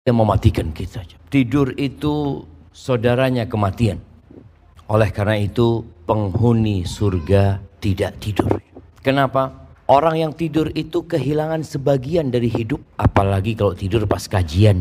yang mematikan kita. Tidur itu saudaranya kematian. Oleh karena itu penghuni surga tidak tidur. Kenapa? Orang yang tidur itu kehilangan sebagian dari hidup. Apalagi kalau tidur pas kajian.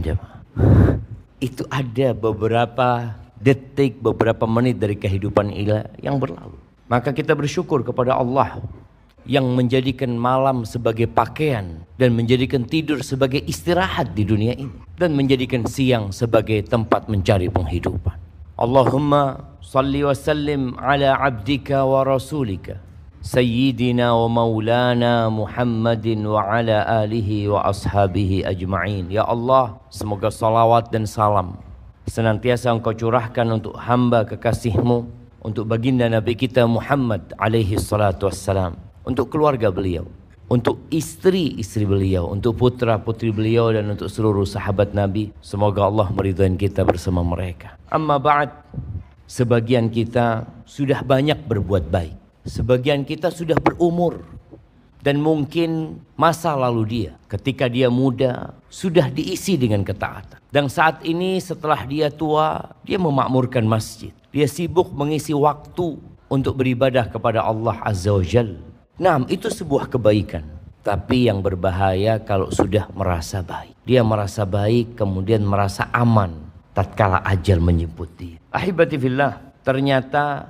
Itu ada beberapa detik, beberapa menit dari kehidupan yang berlalu. Maka kita bersyukur kepada Allah yang menjadikan malam sebagai pakaian dan menjadikan tidur sebagai istirahat di dunia ini, dan menjadikan siang sebagai tempat mencari penghidupan. Allahumma salli wa sallim ala abdika wa rasulika Sayyidina wa maulana Muhammadin wa ala alihi wa ashabihi ajma'in. Ya Allah, semoga salawat dan salam senantiasa Engkau curahkan untuk hamba kekasih-Mu, untuk baginda Nabi kita Muhammad alaihi salatu wassalam, untuk keluarga beliau, untuk istri-istri beliau, untuk putra-putri beliau, dan untuk seluruh sahabat Nabi. Semoga Allah meridhai kita bersama mereka. Amma ba'd, sebagian kita sudah banyak berbuat baik. Sebagian kita sudah berumur, dan mungkin masa lalu dia ketika dia muda sudah diisi dengan ketaatan. Dan saat ini setelah dia tua, dia memakmurkan masjid. Dia sibuk mengisi waktu untuk beribadah kepada Allah Azza wa Jalla. Nah, itu sebuah kebaikan. Tapi yang berbahaya kalau sudah merasa baik. Dia merasa baik kemudian merasa aman tatkala ajal menjemput dia. Ahibati fillah, ternyata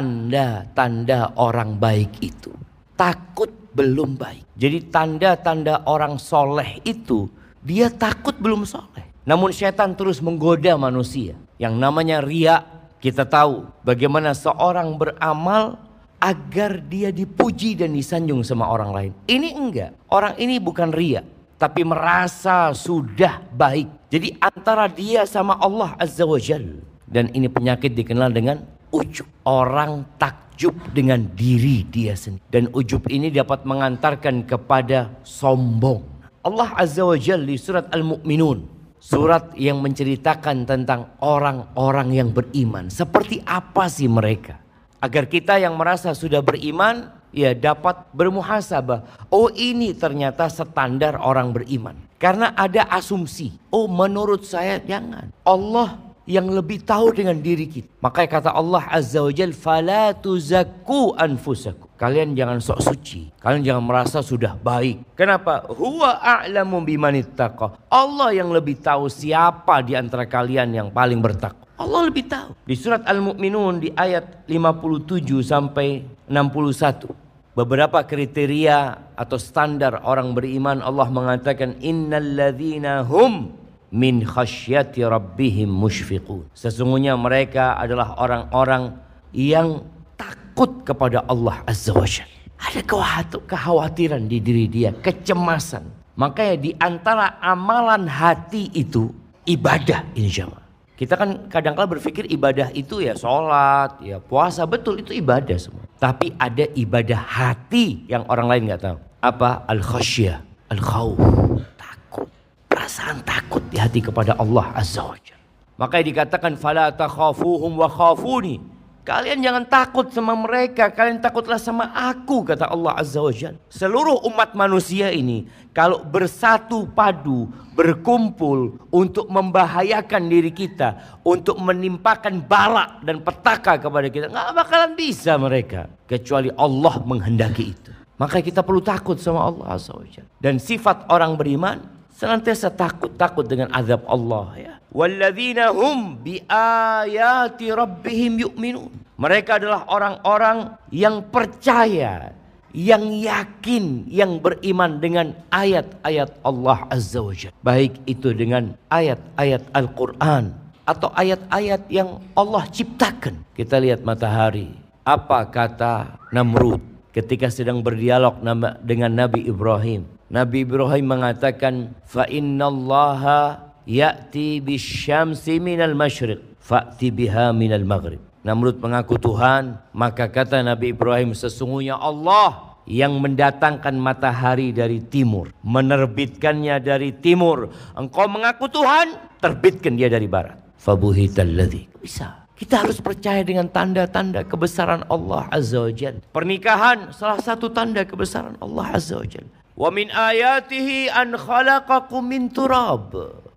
tanda-tanda orang baik itu takut belum baik. Jadi tanda-tanda orang soleh itu dia takut belum soleh. Namun syaitan terus menggoda manusia. Yang namanya riya, kita tahu bagaimana seorang beramal agar dia dipuji dan disanjung sama orang lain. Ini enggak. Orang ini bukan riya, tapi merasa sudah baik. Jadi antara dia sama Allah Azza wa Jalla. Dan ini penyakit dikenal dengan ujub. Orang takjub dengan diri dia sendiri. Dan ujub ini dapat mengantarkan kepada sombong. Allah Azza wa Jalla di surat Al-Mu'minun, surat yang menceritakan tentang orang-orang yang beriman. Seperti apa sih mereka? Agar kita yang merasa sudah beriman, ya dapat bermuhasabah. Oh, ini ternyata standar orang beriman. Karena ada asumsi. Oh, menurut saya jangan. Allah yang lebih tahu dengan diri kita. Makanya kata Allah Azza wa Jalla, fala tuzakku anfusakum. Kalian jangan sok suci. Kalian jangan merasa sudah baik. Kenapa? Huwa a'lamu bimanittaqa. Allah yang lebih tahu siapa di antara kalian yang paling bertakwa. Allah lebih tahu. Di surat Al-Mu'minun di ayat 57 sampai 61. Beberapa kriteria atau standar orang beriman, Allah mengatakan innalladzina hum min khasyati rabbihim musyfiqun. Sesungguhnya mereka adalah orang-orang yang takut kepada Allah Azza wa Jalla. Ada kekhawatiran di diri dia, kecemasan. Makanya di antara amalan hati itu ibadah, insyaallah. Kita kan kadang-kala berpikir ibadah itu ya sholat, ya puasa, betul itu ibadah semua. Tapi ada ibadah hati yang orang lain nggak tahu. Apa? Al-khasyah, al-khawf. Perasaan takut di hati kepada Allah Azza wa Jalla. Makanya dikatakan fala takhafuhum wa khafuni. Kalian jangan takut sama mereka, kalian takutlah sama aku, kata Allah Azza wa Jalla. Seluruh umat manusia ini kalau bersatu padu, berkumpul untuk membahayakan diri kita, untuk menimpakan bala dan petaka kepada kita, nggak bakalan bisa mereka kecuali Allah menghendaki itu. Maka kita perlu takut sama Allah Azza wa Jalla. Dan sifat orang beriman senantiasa takut dengan azab Allah, ya. Walladzina hum biayati rabbihim yu'minun. Mereka adalah orang-orang yang percaya, yang yakin, yang beriman dengan ayat-ayat Allah Azza wa Jalla. Baik itu dengan ayat-ayat Al-Quran atau ayat-ayat yang Allah ciptakan. Kita lihat matahari. Apa kata Namrud ketika sedang berdialog dengan Nabi Ibrahim? Nabi Ibrahim mengatakan, fa innallaha ya'ti bisyamsi minal masyriq fa'ti biha minal maghrib. Namrud mengaku Tuhan, maka kata Nabi Ibrahim, sesungguhnya Allah yang mendatangkan matahari dari timur, menerbitkannya dari timur. Engkau mengaku Tuhan, terbitkan dia dari barat. Fabuhitalladzi. Bisa. Kita harus percaya dengan tanda-tanda kebesaran Allah Azza wa Jalla. Pernikahan salah satu tanda kebesaran Allah Azza wa Jalla. Wa min ayatihi an khalaqakum min turab.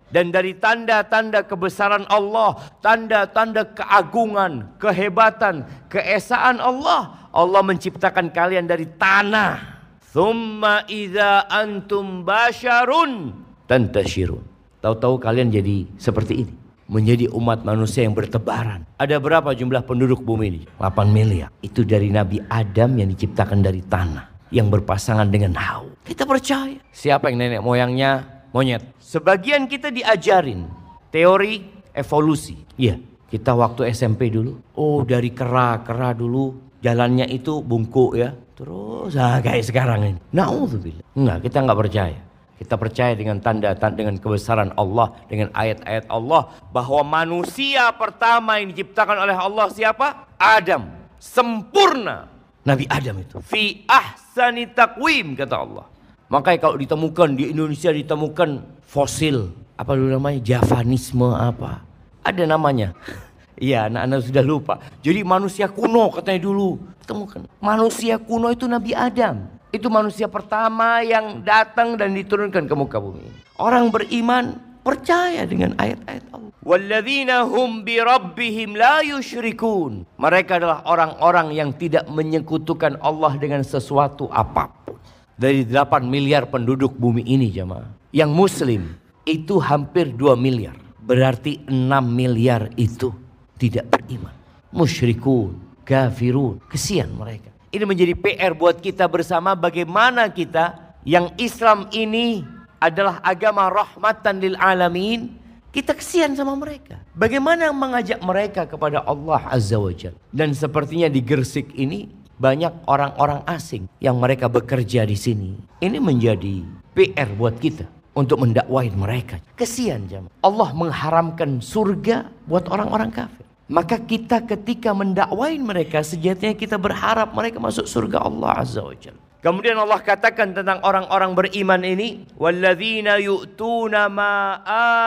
Dan dari tanda-tanda kebesaran Allah, tanda-tanda keagungan, kehebatan, keesaan Allah, Allah menciptakan kalian dari tanah. Thumma idza antum basyarun tantashirun. Tahu-tahu kalian jadi seperti ini, menjadi umat manusia yang bertebaran. Ada berapa jumlah penduduk bumi ini? 8 miliar. Itu dari Nabi Adam yang diciptakan dari tanah, yang berpasangan dengan Hawa. Kita percaya. Siapa yang nenek moyangnya? Monyet. Sebagian kita diajarin teori evolusi. Iya, kita waktu SMP dulu. Oh, dari kera dulu jalannya itu bungkuk ya. Terus kayak sekarang ini. Na'udzubillah. Enggak, kita enggak percaya. Kita percaya dengan tanda-tanda, dengan kebesaran Allah, dengan ayat-ayat Allah, bahwa manusia pertama yang diciptakan oleh Allah siapa? Adam. Sempurna. Nabi Adam itu. Fi ahsani taqwim, kata Allah. Makanya kalau ditemukan di Indonesia, ditemukan fosil, apa dulu namanya, Javanisme apa, ada namanya. Iya, anak-anak sudah lupa. Jadi manusia kuno katanya dulu temukan. Manusia kuno itu Nabi Adam. Itu manusia pertama yang datang dan diturunkan ke muka bumi. Orang beriman percaya dengan ayat-ayat Allah. Walladzina hum bi rabbihim la yusyrikun. Mereka adalah orang-orang yang tidak menyekutukan Allah dengan sesuatu apapun. Dari 8 miliar penduduk bumi ini jemaah, yang muslim itu hampir 2 miliar. Berarti 6 miliar itu tidak beriman. Musyrikun, kafirun, kesian mereka. Ini menjadi PR buat kita bersama, bagaimana kita yang Islam ini adalah agama rahmatan lil alamin, kita kesian sama mereka. Bagaimana mengajak mereka kepada Allah Azza wa Jalla. Dan sepertinya di Gresik ini banyak orang-orang asing yang mereka bekerja di sini. Ini menjadi PR buat kita untuk mendakwain mereka. Kesian jemaah. Allah mengharamkan surga buat orang-orang kafir. Maka kita ketika mendakwain mereka, sejatinya kita berharap mereka masuk surga Allah Azza wa Jalla. Kemudian Allah katakan tentang orang-orang beriman ini, walladzina yu'tuna ma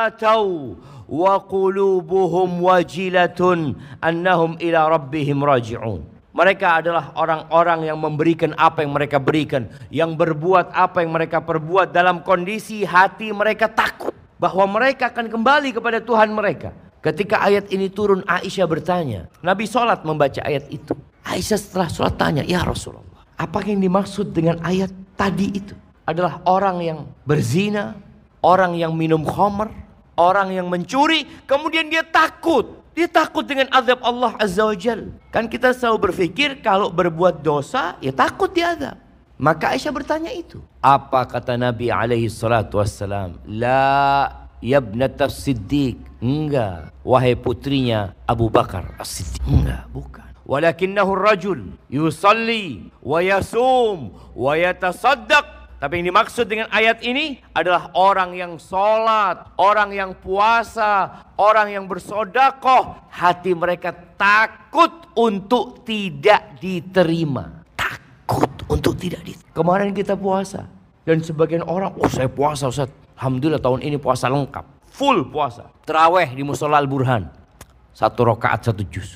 atau wa qulubuhum wajilatun annahum ila rabbihim raji'un. Mereka adalah orang-orang yang memberikan apa yang mereka berikan, yang berbuat apa yang mereka perbuat dalam kondisi hati mereka takut bahwa mereka akan kembali kepada Tuhan mereka. Ketika ayat ini turun, Aisyah bertanya, Nabi sholat membaca ayat itu. Aisyah setelah sholat tanya, ya Rasulullah, apa yang dimaksud dengan ayat tadi itu? Adalah orang yang berzina, orang yang minum khamr, orang yang mencuri, kemudian dia takut. Dia takut dengan azab Allah Azza wa Jalla. Kan kita selalu berpikir kalau berbuat dosa ya takut diazab. Maka Aisyah bertanya itu. Apa kata Nabi alaihi salatu wassalam? La yabnata Siddiq. Enggak. Wahai putrinya Abu Bakar As-Siddiq. Enggak, bukan. Walakinnahu rajul yusalli wa yasum wa yatasaddaq. Tapi yang dimaksud dengan ayat ini adalah orang yang sholat, orang yang puasa, orang yang bersedekah. Hati mereka takut untuk tidak diterima. Takut untuk tidak diterima. Kemarin kita puasa. Dan sebagian orang, oh saya puasa Ustaz. Alhamdulillah tahun ini puasa lengkap. Full puasa. Terawih di Musola Al-Burhan. 1 rakaat 1 juz.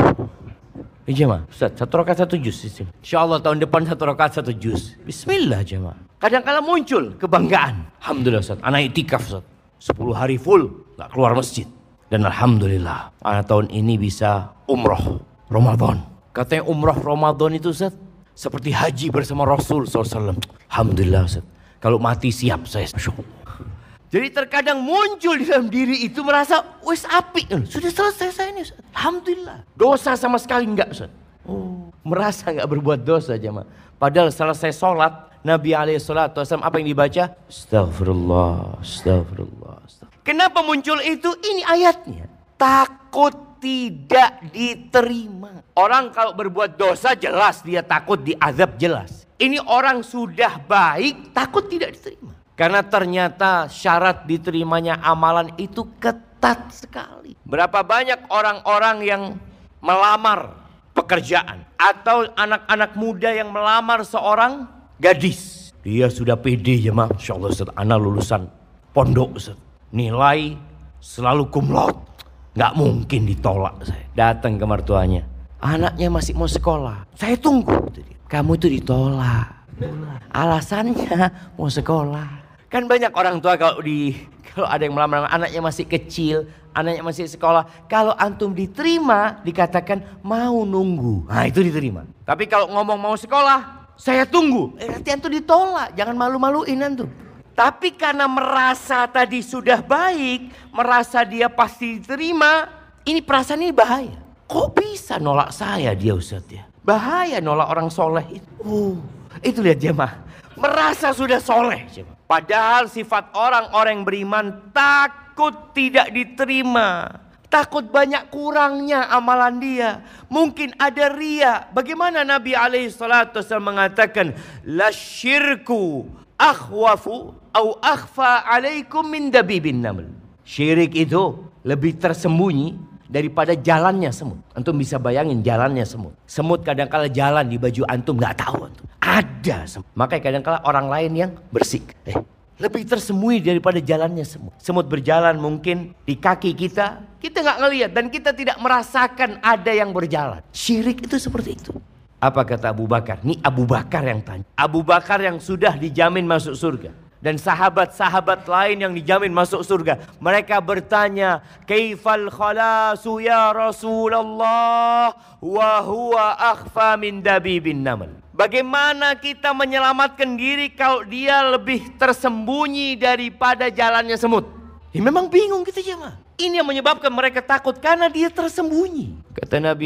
Jemaah, Ustaz, 1 rakaat 1 juz. InsyaAllah tahun depan 1 rakaat 1 juz. Bismillah jemaah. Kadang-kadang muncul kebanggaan. Alhamdulillah Ustaz, anak itikaf Ustaz. 10 hari full, gak keluar masjid. Dan Alhamdulillah, anak tahun ini bisa umroh Ramadan. Katanya umroh Ramadan itu Ustaz, seperti haji bersama Rasul SAW. Alhamdulillah Ustaz, kalau mati siap saya. Masya Allah. Jadi terkadang muncul di dalam diri itu merasa, wes api, sudah selesai saya ini Ustaz. Alhamdulillah. Dosa sama sekali enggak Ustaz. Oh, merasa enggak berbuat dosa jemaah. Padahal selesai sholat, Nabi SAW apa yang dibaca? Astagfirullah, astagfirullah, astagfirullah. Kenapa muncul itu? Ini ayatnya. Takut tidak diterima. Orang kalau berbuat dosa jelas dia takut diazab jelas. Ini orang sudah baik takut tidak diterima. Karena ternyata syarat diterimanya amalan itu ketat sekali. Berapa banyak orang-orang yang melamar pekerjaan. Atau anak-anak muda yang melamar seorang gadis. Dia sudah pede ya Masya Allah Ustaz, anak lulusan pondok Ustaz. Nilai selalu cum laude. Gak mungkin ditolak saya. Datang ke mertuanya. Anaknya masih mau sekolah. Saya tunggu. Kamu itu ditolak. Alasannya mau sekolah. Kan banyak orang tua kalau ada yang melamar anaknya masih kecil, anaknya masih sekolah, kalau antum diterima dikatakan mau nunggu. Nah, itu diterima. Tapi kalau ngomong mau sekolah, saya tunggu. Nanti antum ditolak, jangan malu-maluin antum. Tapi karena merasa tadi sudah baik, merasa dia pasti diterima, ini perasaan ini bahaya. Kok bisa nolak saya dia Ustaz ya? Bahaya nolak orang soleh itu. Itu lihat jemaah. Merasa sudah soleh. Padahal sifat orang-orang yang beriman takut tidak diterima. Takut banyak kurangnya amalan dia. Mungkin ada ria. Bagaimana Nabi SAW mengatakan, la syirku akhwafu au akhfa alaikum min dabibin naml. Syirik itu lebih tersembunyi daripada jalannya semut. Antum bisa bayangin jalannya semut. Semut kadang-kala jalan di baju antum nggak tahu antum. Ada semut. Makanya kadang-kala orang lain yang bersih. Lebih tersembunyi daripada jalannya semut. Semut berjalan mungkin di kaki kita nggak ngelihat dan kita tidak merasakan ada yang berjalan. Syirik itu seperti itu. Apa kata Abu Bakar? Ini Abu Bakar yang tanya. Abu Bakar yang sudah dijamin masuk surga. Dan sahabat-sahabat lain yang dijamin masuk surga. Mereka bertanya, kaifal khalasu ya Rasulullah wa huwa akhfa min dabibin naml. Bagaimana kita menyelamatkan diri kalau dia lebih tersembunyi daripada jalannya semut? Ya memang bingung kita jemaah. Ini yang menyebabkan mereka takut karena dia tersembunyi. Kata Nabi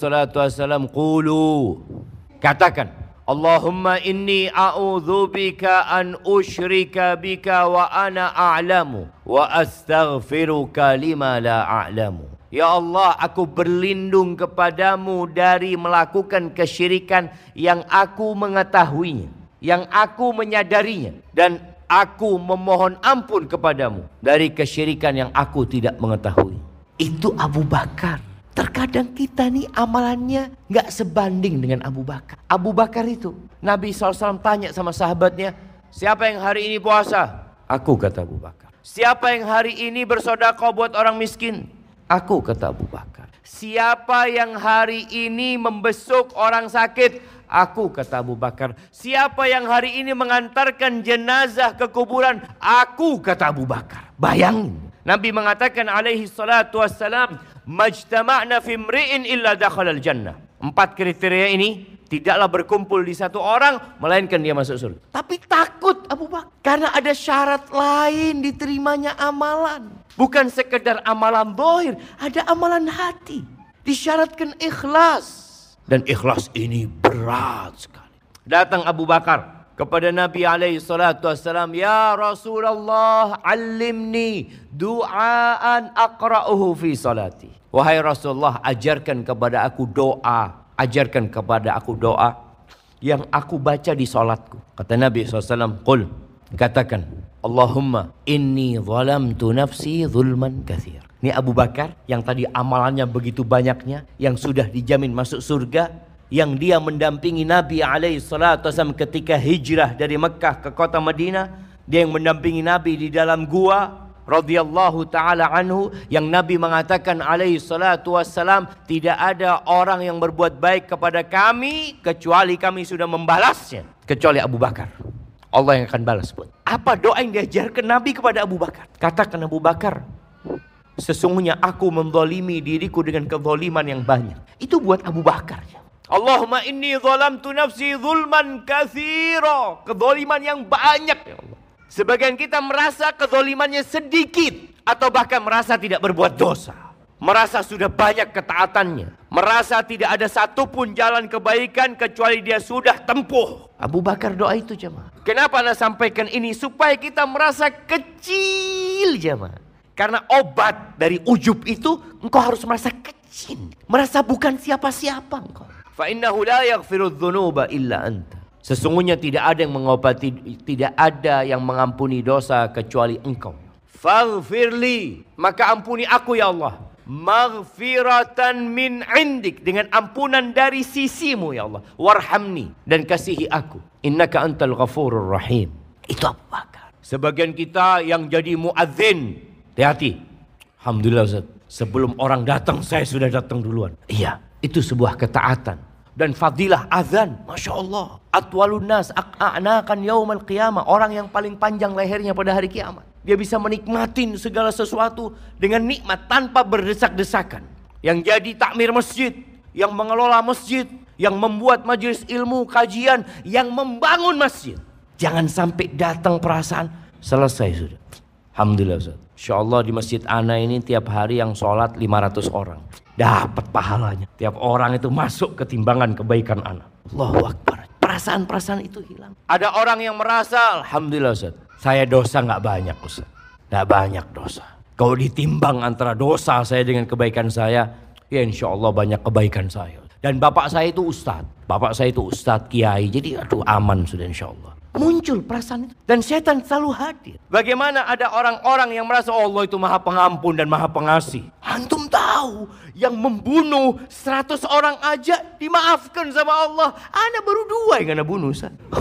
SAW, qulu, katakan, Allahumma inni a'udzubika an usyrika bika wa ana a'lamu wa astaghfiruka lima la a'lamu. Ya Allah, aku berlindung kepadamu dari melakukan kesyirikan yang aku mengetahuinya, yang aku menyadarinya, dan aku memohon ampun kepadamu dari kesyirikan yang aku tidak mengetahui. Itu Abu Bakar. Terkadang kita nih amalannya gak sebanding dengan Abu Bakar. Abu Bakar itu Nabi SAW tanya sama sahabatnya, siapa yang hari ini puasa? Aku, kata Abu Bakar. Siapa yang hari ini bersedekah buat orang miskin? Aku, kata Abu Bakar. Siapa yang hari ini membesuk orang sakit? Aku, kata Abu Bakar. Siapa yang hari ini mengantarkan jenazah ke kuburan? Aku, kata Abu Bakar. Bayangin, Nabi mengatakan alaihi salatu wassalam, majtama'na fi imri'in illa dakhalal jannah. 4 kriteria ini tidaklah berkumpul di satu orang melainkan dia masuk surga. Tapi takut Abu Bakar karena ada syarat lain diterimanya amalan. Bukan sekedar amalan zahir, ada amalan hati. Disyaratkan ikhlas. Dan ikhlas ini berat sekali. Datang Abu Bakar kepada Nabi SAW, ya Rasulullah, alimni du'aan aqra'uhu fi salati. Wahai Rasulullah, ajarkan kepada aku doa. Ajarkan kepada aku doa yang aku baca di salatku. Kata Nabi SAW, qul, katakan, Allahumma inni zalamtu nafsi zulman katsir. Ini Abu Bakar yang tadi amalannya begitu banyaknya, yang sudah dijamin masuk surga, yang dia mendampingi Nabi SAW ketika hijrah dari Mekah ke kota Madinah, dia yang mendampingi Nabi di dalam gua radhiyallahu taala anhu, yang Nabi mengatakan SAW, tidak ada orang yang berbuat baik kepada kami kecuali kami sudah membalasnya, kecuali Abu Bakar. Allah yang akan balas pun. Apa doa yang diajarkan Nabi kepada Abu Bakar? Katakan Abu Bakar, sesungguhnya aku menzalimi diriku dengan kezaliman yang banyak. Itu buat Abu Bakar. Allahumma inni zalamtu nafsi zulman katsira. Kezaliman yang banyak ya Allah. Sebagian kita merasa kezalimannya sedikit atau bahkan merasa tidak berbuat dosa. Merasa sudah banyak ketaatannya. Merasa tidak ada satupun jalan kebaikan kecuali dia sudah tempuh. Abu Bakar doa itu jemaah. Kenapa Anda sampaikan ini? Supaya kita merasa kecil jemaah. Karena obat dari ujub itu engkau harus merasa kecil. Merasa bukan siapa-siapa engkau. Fa innahu la yaghfiru dzunuba illa anta. Sesungguhnya tidak ada yang mengobati, tidak ada yang mengampuni dosa kecuali engkau. Faghfirli, maka ampuni aku ya Allah. Maghfiratan min indik, dengan ampunan dari sisimu ya Allah. Warhamni, dan kasihi aku. Innaka antal ghafurur rahim. Itu Abu Bakar. Sebagian kita yang jadi muadzin, hati-hati. Alhamdulillah Ustaz, sebelum orang datang saya sudah datang duluan. Iya, itu sebuah ketaatan. Dan fadilah azan, Masya Allah. Atwalun nas a'nakan yaumal qiyamah. Orang yang paling panjang lehernya pada hari kiamat. Dia bisa menikmatin segala sesuatu dengan nikmat tanpa berdesak-desakan. Yang jadi takmir masjid, yang mengelola masjid, yang membuat majelis ilmu, kajian, yang membangun masjid. Jangan sampai datang perasaan selesai sudah. Alhamdulillah Ustaz. Insya Allah di masjid Ana ini tiap hari yang sholat 500 orang. Dapat pahalanya. Tiap orang itu masuk ke timbangan kebaikan Ana. Allahu Akbar. Perasaan-perasaan itu hilang. Ada orang yang merasa, Alhamdulillah Ustaz, saya dosa gak banyak Ustaz. Gak banyak dosa. Kalau ditimbang antara dosa saya dengan kebaikan saya, ya insya Allah banyak kebaikan saya. Dan bapak saya itu ustadz. Bapak saya itu ustadz, kiai. Jadi aduh aman sudah insya Allah. Muncul perasaan itu. Dan setan selalu hadir. Bagaimana ada orang-orang yang merasa Allah itu maha pengampun dan maha pengasih. Antum tahu yang membunuh 100 orang aja dimaafkan sama Allah. Ana baru 2 yang ana bunuh.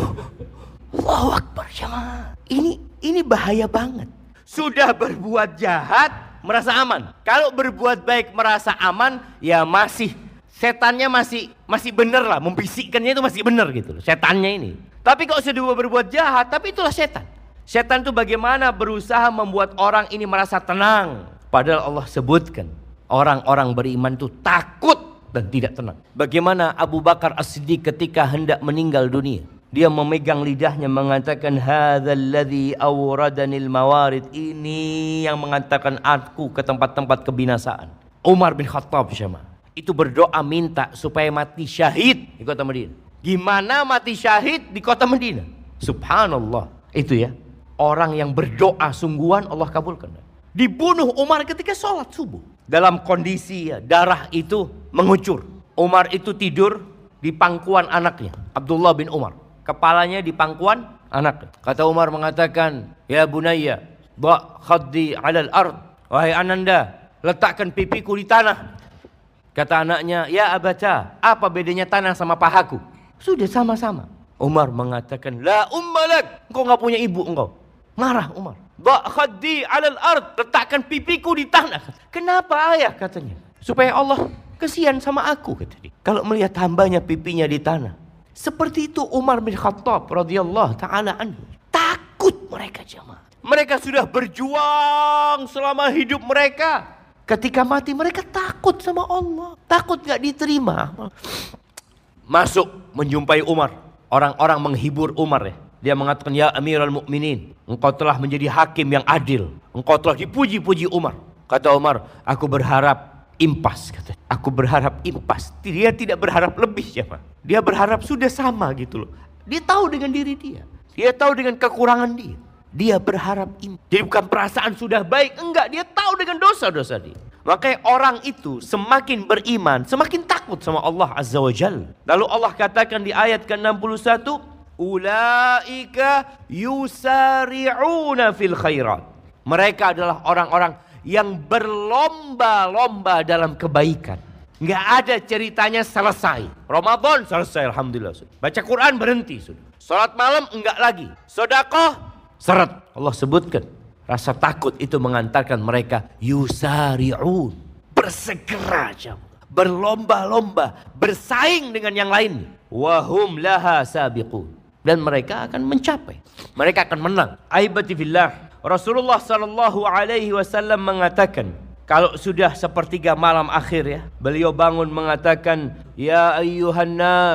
Allahu Akbar jemaah. Ini bahaya banget. Sudah berbuat jahat merasa aman. Kalau berbuat baik merasa aman, ya masih setannya masih bener lah, membisikkannya itu masih bener gitu loh, setannya ini. Tapi kalau sudah berbuat jahat, tapi itulah setan. Setan itu bagaimana berusaha membuat orang ini merasa tenang. Padahal Allah sebutkan orang-orang beriman itu takut dan tidak tenang. Bagaimana Abu Bakar As-Siddiq ketika hendak meninggal dunia, dia memegang lidahnya mengatakan hadzalladzi awradanil mawarid, ini yang mengantarkan aku ke tempat-tempat kebinasaan. Umar bin Khattab sama itu berdoa minta supaya mati syahid di kota Madinah. Gimana mati syahid di kota Madinah? Subhanallah. Itu ya, orang yang berdoa sungguhan Allah kabulkan. Dibunuh Umar ketika sholat subuh. Dalam kondisi ya, darah itu mengucur. Umar itu tidur di pangkuan anaknya, Abdullah bin Umar. Kepalanya di pangkuan anaknya. Kata Umar mengatakan, ya bunayya, ba' khaddi 'alal ard. Wahai ananda, letakkan pipiku di tanah. Kata anaknya, ya abata, apa bedanya tanah sama pahaku? Sudah sama-sama. Umar mengatakan, la ummalak, engkau gak punya ibu engkau. Marah Umar. Ba' khaddi 'alal ard, letakkan pipiku di tanah. Kenapa ayah katanya? Supaya Allah kesian sama aku kata dia. Kalau melihat hambanya pipinya di tanah. Seperti itu Umar bin Khattab radhiyallahu taala anhu. Takut mereka jemaah. Mereka sudah berjuang selama hidup mereka. Ketika mati mereka takut sama Allah. Takut gak diterima. Masuk menjumpai Umar. Orang-orang menghibur Umar ya. Dia mengatakan, ya Amirul Mukminin, engkau telah menjadi hakim yang adil. Engkau telah dipuji-puji Umar. Kata Umar, aku berharap impas, kata. Aku berharap impas. Dia tidak berharap lebih ya, Pak. Dia berharap sudah sama gitu loh. Dia tahu dengan diri dia. Dia tahu dengan kekurangan dia. Dia berharap impas. Jadi bukan perasaan sudah baik, enggak. Dia tahu dengan dosa-dosa dia. Makanya orang itu semakin beriman, semakin takut sama Allah Azza wa Jalla. Lalu Allah katakan di ayat ke-61, ulaika yusari'una fil khairat. Mereka adalah orang-orang yang berlomba-lomba dalam kebaikan. Nggak ada ceritanya selesai. Ramadan selesai, alhamdulillah. Baca Quran berhenti sudah. Salat malam enggak lagi. Sedekah seret. Allah sebutkan rasa takut itu mengantarkan mereka yusari'un, bersegera, berlomba-lomba, bersaing dengan yang lain. Wahum laha sabiqun, dan mereka akan mencapai. Mereka akan menang. Aibati fillah. Rasulullah sallallahu alaihi wasallam mengatakan, kalau sudah sepertiga malam akhir ya, beliau bangun mengatakan, ya ayyuhan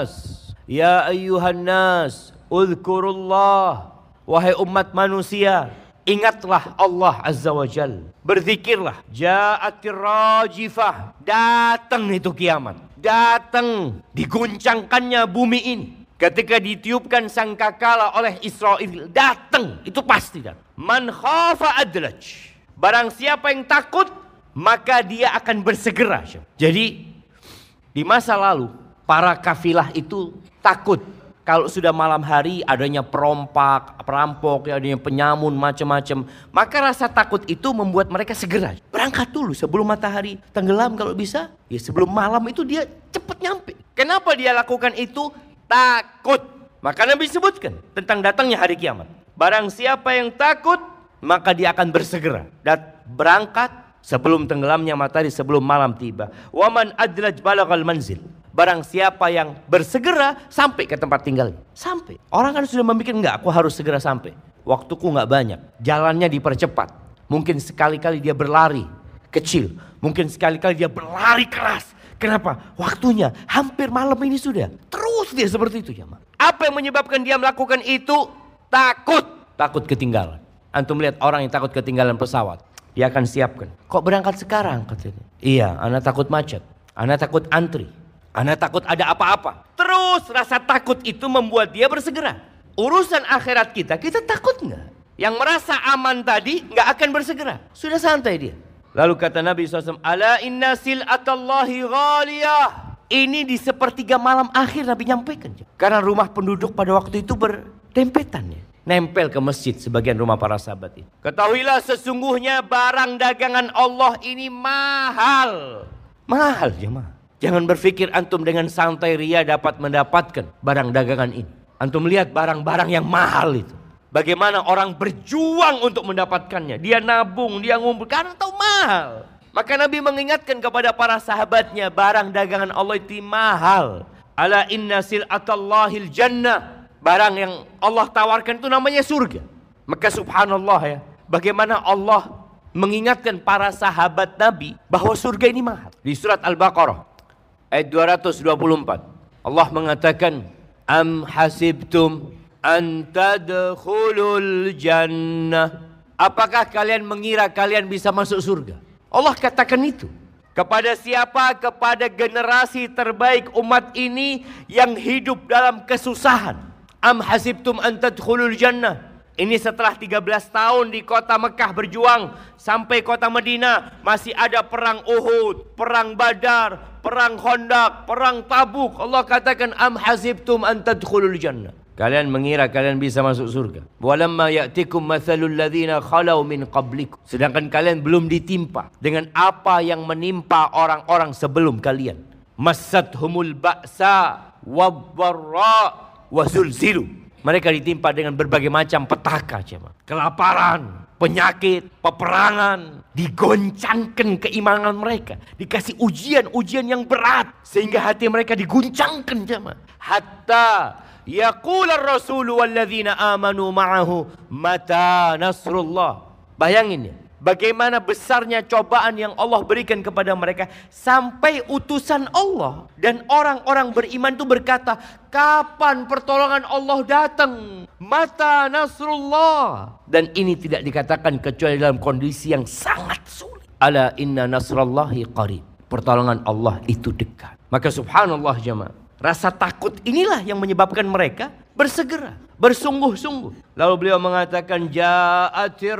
nas, uzkurullah, wahai umat manusia, ingatlah Allah Azza wa Jalla, berzikirlah. Ja'atir rajifah, datang itu kiamat, datang diguncangkannya bumi ini. Ketika ditiupkan sangkakala oleh Israel, datang, itu pasti datang. Man khafa adlaj, barang siapa yang takut, maka dia akan bersegera. Jadi di masa lalu para kafilah itu takut kalau sudah malam hari adanya perampok, adanya penyamun macam-macam. Maka rasa takut itu membuat mereka segera berangkat dulu sebelum matahari tenggelam kalau bisa. Ya sebelum malam itu dia cepat nyampe. Kenapa dia lakukan itu? Takut. Maka Nabi sebutkan tentang datangnya hari kiamat. Barang siapa yang takut, maka dia akan bersegera dan berangkat sebelum tenggelamnya matahari, sebelum malam tiba. Waman adlaj balagal manzil. barang siapa yang bersegera sampai ke tempat tinggalnya. Sampai. Orang kan sudah memikir, enggak, aku harus segera sampai. Waktuku enggak banyak. Jalannya dipercepat. Mungkin sekali-kali dia berlari kecil. Mungkin sekali-kali dia berlari keras. Kenapa? Waktunya hampir malam ini sudah. Terus dia seperti itu, jemaah. Apa yang menyebabkan dia melakukan itu? Takut. Takut ketinggalan. Antum lihat orang yang takut ketinggalan pesawat. Dia akan siapkan. Kok berangkat sekarang? Katanya. Iya, anak takut macet. Anak takut antri. Anak takut ada apa-apa. Terus rasa takut itu membuat dia bersegera. Urusan akhirat kita takut nggak? Yang merasa aman tadi nggak akan bersegera. Sudah santai dia. Lalu kata Nabi SAW, Ala inna sil'atallahi ghaliyah. Ini di sepertiga malam akhir Nabi nyampaikan. Karena rumah penduduk pada waktu itu berdempetan ya. Nempel ke masjid sebagian rumah para sahabat itu. Ketahuilah sesungguhnya barang dagangan Allah ini mahal. Mahal jemaah. Jangan berpikir antum dengan santai ria dapat mendapatkan barang dagangan ini. Antum lihat barang-barang yang mahal itu. Bagaimana orang berjuang untuk mendapatkannya. Dia nabung, dia ngumpul karena tahu mahal. Maka Nabi mengingatkan kepada para sahabatnya, barang dagangan Allah itu mahal. Ala inna sil'atallahil jannah. Barang yang Allah tawarkan itu namanya surga. Maka subhanallah ya, bagaimana Allah mengingatkan para sahabat Nabi bahwa surga ini mahal. Di surat Al-Baqarah ayat 224 Allah mengatakan, Am hasibtum an tadkhulul jannah. Apakah kalian mengira kalian bisa masuk surga? Allah katakan itu. Kepada siapa? Kepada generasi terbaik umat ini yang hidup dalam kesusahan. Am hasibtum an tadkhulul jannah. Ini setelah 13 tahun di kota Mekah berjuang sampai kota Madinah, masih ada perang Uhud, perang Badar, perang Khandaq, perang Tabuk. Allah katakan am hasibtum an tadkhulul jannah. Kalian mengira kalian bisa masuk surga. Walamma ya'tikum mathalul ladzina khalau min qablikum. Sedangkan kalian belum ditimpa dengan apa yang menimpa orang-orang sebelum kalian. Massathumul ba'sa wadh-dharra wazulzilu. Mereka ditimpa dengan berbagai macam petaka, kelaparan, penyakit, peperangan, digoncangkan keimanan mereka, dikasih ujian-ujian yang berat sehingga hati mereka diguncangkan, jemaah. Hatta yaqula ar-rasulu walladzina amanu ma'ahu mata nasrullah. Bayangin ya, bagaimana besarnya cobaan yang Allah berikan kepada mereka sampai utusan Allah dan orang-orang beriman itu berkata, kapan pertolongan Allah datang? Mata nasrullah. Dan ini tidak dikatakan kecuali dalam kondisi yang sangat sulit. Ala inna nasrallahi qarib. Pertolongan Allah itu dekat. Maka subhanallah jemaah, rasa takut inilah yang menyebabkan mereka bersegera, bersungguh-sungguh. Lalu beliau mengatakan, ja'atir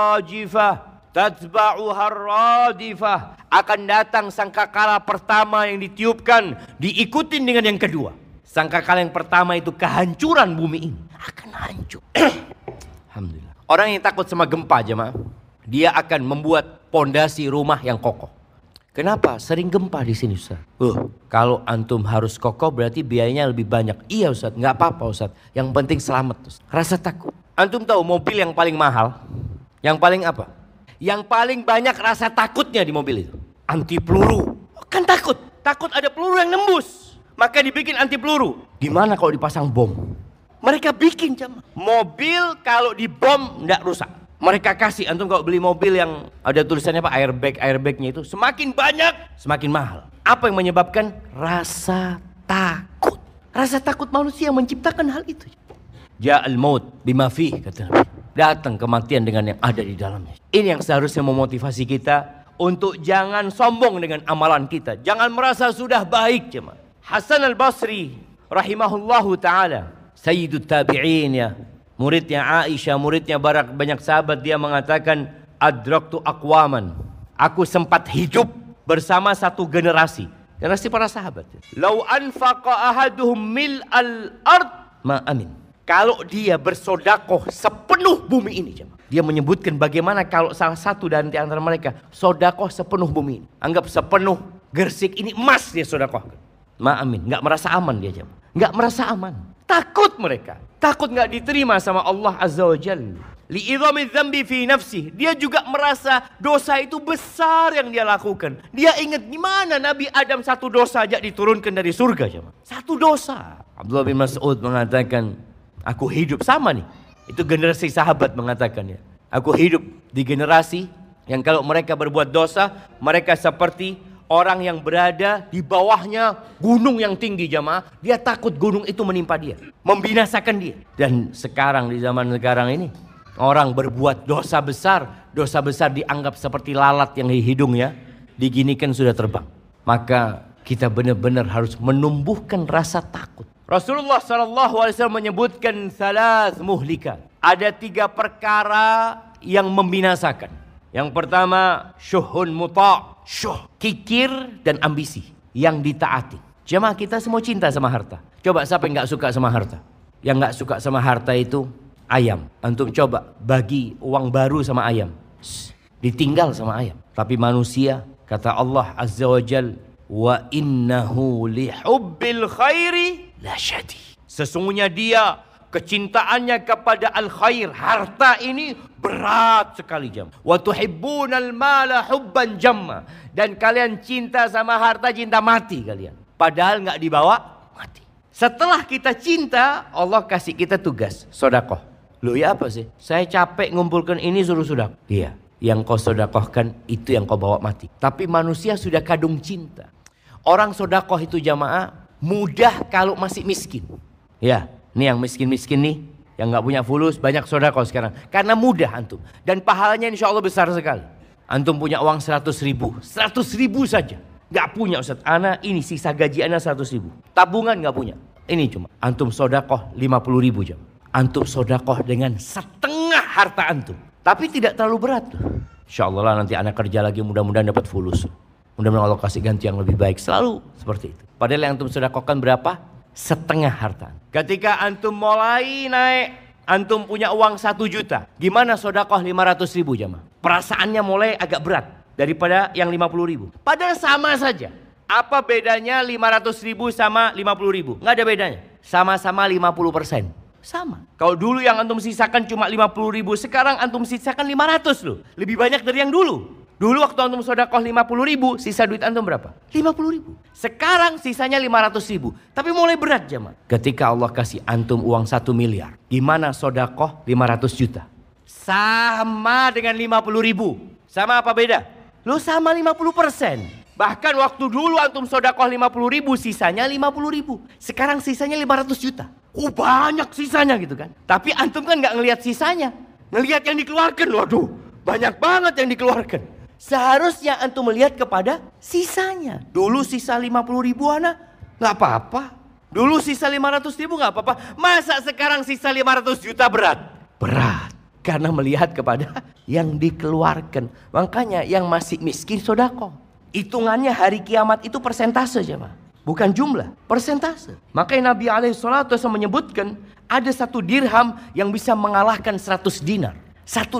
rajifah tatba'uha radifah. Akan datang sangkakala pertama yang ditiupkan diikutin dengan yang kedua. Sangkakala yang pertama itu kehancuran bumi ini akan hancur. Alhamdulillah. Orang yang takut sama gempa, jemaah, dia akan membuat pondasi rumah yang kokoh. Kenapa? Sering gempa di sini, Ustaz. Kalau antum harus kokoh berarti biayanya lebih banyak. Iya, Ustaz, nggak apa-apa, Ustaz. Yang penting selamat, Ustaz. Rasa takut. Antum tahu mobil yang paling mahal? Yang paling apa? Yang paling banyak rasa takutnya di mobil itu anti peluru. Kan takut ada peluru yang nembus. Maka dibikin anti peluru. Gimana kalau dipasang bom? Mereka bikin, jemaah. Mobil kalau dibom enggak rusak. Mereka kasih, antum kalau beli mobil yang ada tulisannya apa, airbagnya itu semakin banyak semakin mahal. Apa yang menyebabkan? Rasa takut. Rasa takut manusia yang menciptakan hal itu. Ja'al maut bima fih, kata Nabi. Datang kematian dengan yang ada di dalamnya. Ini yang seharusnya memotivasi kita untuk jangan sombong dengan amalan kita. Jangan merasa sudah baik, jemaah. Hasan al-Basri rahimahullahu ta'ala, sayyidut tabi'in ya, muridnya Aisyah, muridnya banyak sahabat, dia mengatakan, adraktu aqwaman, aku sempat hidup bersama satu generasi para sahabat. Lau anfaqa ahaduhum mil'al ard ma amin. Kalau dia bersodakoh sepenuh bumi ini, jemaah. Dia menyebutkan bagaimana kalau salah satu dari antara mereka sodakoh sepenuh bumi ini. Anggap sepenuh Gresik ini emas dia sodakoh. Ma'amin, nggak merasa aman dia, jemaah. Nggak merasa aman. Takut mereka. Takut nggak diterima sama Allah Azza wa Jalla. Li'idhami dzambi fi nafsih. Dia juga merasa dosa itu besar yang dia lakukan. Dia ingat gimana Nabi Adam satu dosa aja diturunkan dari surga. Satu dosa. Abdullah bin Mas'ud mengatakan, aku hidup sama nih. Itu generasi sahabat mengatakan ya. Aku hidup di generasi yang kalau mereka berbuat dosa, mereka seperti orang yang berada di bawahnya gunung yang tinggi jamaah. Dia takut gunung itu menimpa dia, membinasakan dia. Dan sekarang di zaman sekarang ini, orang berbuat dosa besar dianggap seperti lalat yang di hidungnya diginikan sudah terbang. Maka kita benar-benar harus menumbuhkan rasa takut. Rasulullah SAW menyebutkan salas muhlika. Ada 3 perkara yang membinasakan. Yang pertama, syuhun muta'. Syuh, kikir dan ambisi yang ditaati. Jemaah, kita semua cinta sama harta. Coba siapa yang gak suka sama harta? Yang gak suka sama harta itu ayam. Antum coba bagi uang baru sama ayam. Ditinggal sama ayam. Tapi manusia, kata Allah Azza wa Jal, wa innahu lihubbil khairi la syadid. Sesungguhnya dia kecintaannya kepada al-khair, harta ini berat sekali jam. Wa tuhibbunal mala hubban jamma. Dan kalian cinta sama harta, cinta mati kalian. Padahal nggak dibawa, mati. Setelah kita cinta, Allah kasih kita tugas, sodakoh. Loh ya apa sih? Saya capek ngumpulkan ini suruh sodakoh. Iya, yang kau sodakohkan itu yang kau bawa mati. Tapi manusia sudah kadung cinta. Orang sodakoh itu jamaah mudah kalau masih miskin. Ya. Ini yang miskin-miskin nih, yang gak punya fulus, banyak sodakoh sekarang. Karena mudah antum. Dan pahalanya insya Allah besar sekali. Antum punya uang 100 ribu. 100 ribu saja. Gak punya Ustaz. Ana ini sisa gaji ana 100 ribu. Tabungan gak punya. Ini cuma. Antum sodakoh 50 ribu jam. Antum sodakoh dengan setengah harta antum. Tapi tidak terlalu berat. Insya Allah lah nanti anak kerja lagi, mudah-mudahan dapat fulus. Mudah-mudahan Allah kasih ganti yang lebih baik. Selalu seperti itu. Padahal yang antum sodakohkan berapa? Setengah harta. Ketika antum mulai naik, antum punya uang 1 juta. Gimana sodakoh 500 ribu jamaah? Perasaannya mulai agak berat daripada yang 50 ribu. Padahal sama saja. Apa bedanya 500 ribu sama 50 ribu? Nggak ada bedanya. Sama-sama 50%. Sama. Kalau dulu yang antum sisakan cuma 50 ribu, sekarang antum sisakan 500 loh. Lebih banyak dari yang dulu. Dulu waktu antum sodakoh 50 ribu, sisa duit antum berapa? 50 ribu. Sekarang sisanya 500 ribu. Tapi mulai berat jemaah. Ketika Allah kasih antum uang 1 miliar. Gimana sodakoh 500 juta? Sama dengan 50 ribu. Sama apa beda? Lu sama 50%. Bahkan waktu dulu antum sodakoh 50 ribu, sisanya 50 ribu. Sekarang sisanya 500 juta. Banyak sisanya gitu kan. Tapi antum kan gak ngelihat sisanya. Ngelihat yang dikeluarkan. Waduh, banyak banget yang dikeluarkan. Seharusnya antum melihat kepada sisanya. Dulu sisa 50 ribu ana gak apa-apa. Dulu sisa 500 ribu gak apa-apa. Masa sekarang sisa 500 juta berat? Berat. Karena melihat kepada yang dikeluarkan. Makanya yang masih miskin sodakoh. Hitungannya hari kiamat itu persentase jemaah. Bukan jumlah, persentase. Makanya Nabi SAW menyebutkan ada 1 dirham yang bisa mengalahkan 100 dinar. 1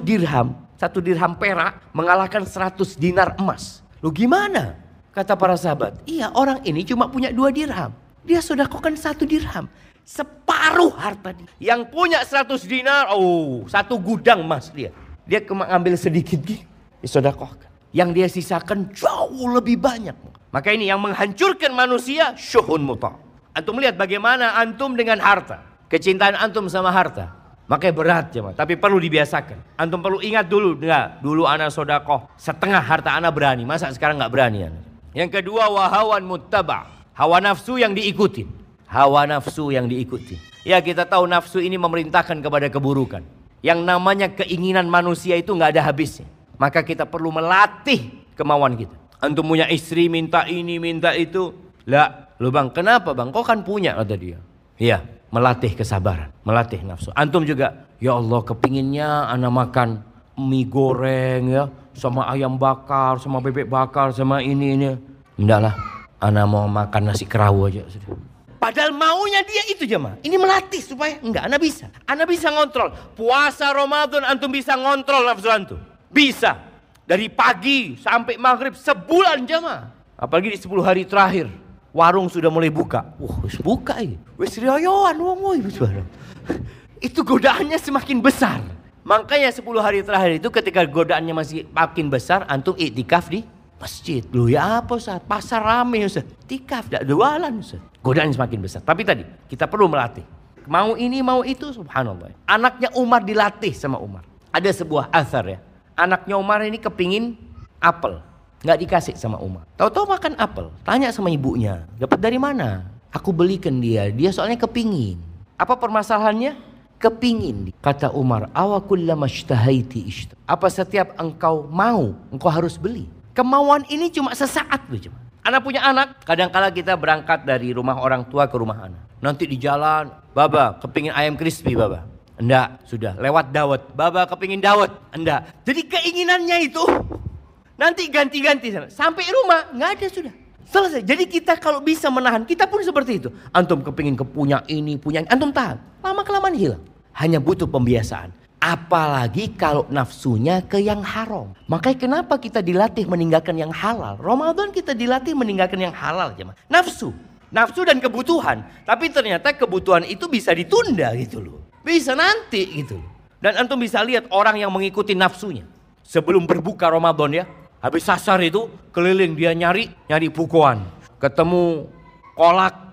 dirham perak mengalahkan 100 dinar emas. Lu gimana? Kata para sahabat. Iya, orang ini cuma punya 2 dirham. Dia sodakohkan 1 dirham. Separuh harta dia. Yang punya 100 dinar, 1 gudang emas dia. Dia ambil sedikit gini, disodakohkan. Yang dia sisakan jauh lebih banyak. Maka ini yang menghancurkan manusia, syuhun muta'. Antum melihat bagaimana antum dengan harta. Kecintaan antum sama harta. Makanya berat jemaah, tapi perlu dibiasakan. Antum perlu ingat dulu, dulu ana sodakoh setengah harta ana berani. Masa sekarang gak berani ana? Yang kedua, wahawan muttaba'. Hawa nafsu yang diikutin. Hawa nafsu yang diikuti. Ya, kita tahu nafsu ini memerintahkan kepada keburukan. Yang namanya keinginan manusia itu gak ada habisnya. Maka kita perlu melatih kemauan kita. Antum punya istri minta ini minta itu. Lah, lu bang, kenapa bang? Kau kan punya, kata dia. Iya, melatih kesabaran, melatih nafsu. Antum juga, ya Allah kepinginnya ana makan mie goreng ya, sama ayam bakar, sama bebek bakar, sama ini. Enggak lah, ana mau makan nasi kerawu aja. Padahal maunya dia itu jemaah. Ini melatih supaya enggak, ana bisa. Ana bisa ngontrol. Puasa Ramadan antum bisa ngontrol nafsu antum. Bisa. Dari pagi sampai maghrib sebulan jemaah. Apalagi di 10 hari terakhir. warung sudah mulai buka. Wis buka iki. Wis riyoyoan wong woi. Itu godaannya semakin besar. Makanya 10 hari terakhir itu ketika godaannya masih makin besar, antum iktikaf di masjid. Loh ya apa Ustaz? Pasar rame Ustaz. Iktikaf, tidak jualan Ustaz. Godaannya semakin besar. Tapi tadi kita perlu melatih. Mau ini mau itu, subhanallah. Anaknya Umar dilatih sama Umar. Ada sebuah asar ya. Anaknya Umar ini kepingin apel. Nggak dikasih sama Umar. Tahu-tahu makan apel. Tanya sama ibunya. Dapat dari mana? Aku belikan dia. Dia soalnya kepingin. Apa permasalahannya? Kepingin. Kata Umar, awakullama ishtahaiti ishta. Apa setiap engkau mau, engkau harus beli. Kemauan ini cuma sesaat loh cuma. Anak punya anak, kadang-kala kita berangkat dari rumah orang tua ke rumah anak. Nanti di jalan, Baba kepingin ayam crispy Baba. Enggak, sudah lewat dawet. Baba kepingin dawet. Enggak. Jadi keinginannya itu nanti ganti-ganti. Sampai rumah, nggak ada sudah. Selesai. Jadi kita kalau bisa menahan, kita pun seperti itu. Antum kepingin punya ini, antum tahan. Lama-kelamaan hilang. Hanya butuh pembiasaan. Apalagi kalau nafsunya ke yang haram. Makanya kenapa kita dilatih meninggalkan yang halal. Ramadan kita dilatih meninggalkan yang halal. Nafsu dan kebutuhan. Tapi ternyata kebutuhan itu bisa ditunda gitu loh. Bisa nanti gitu loh. Dan antum bisa lihat orang yang mengikuti nafsunya. Sebelum berbuka Ramadan ya. Habis sasar itu keliling dia nyari bukuan. Ketemu kolak.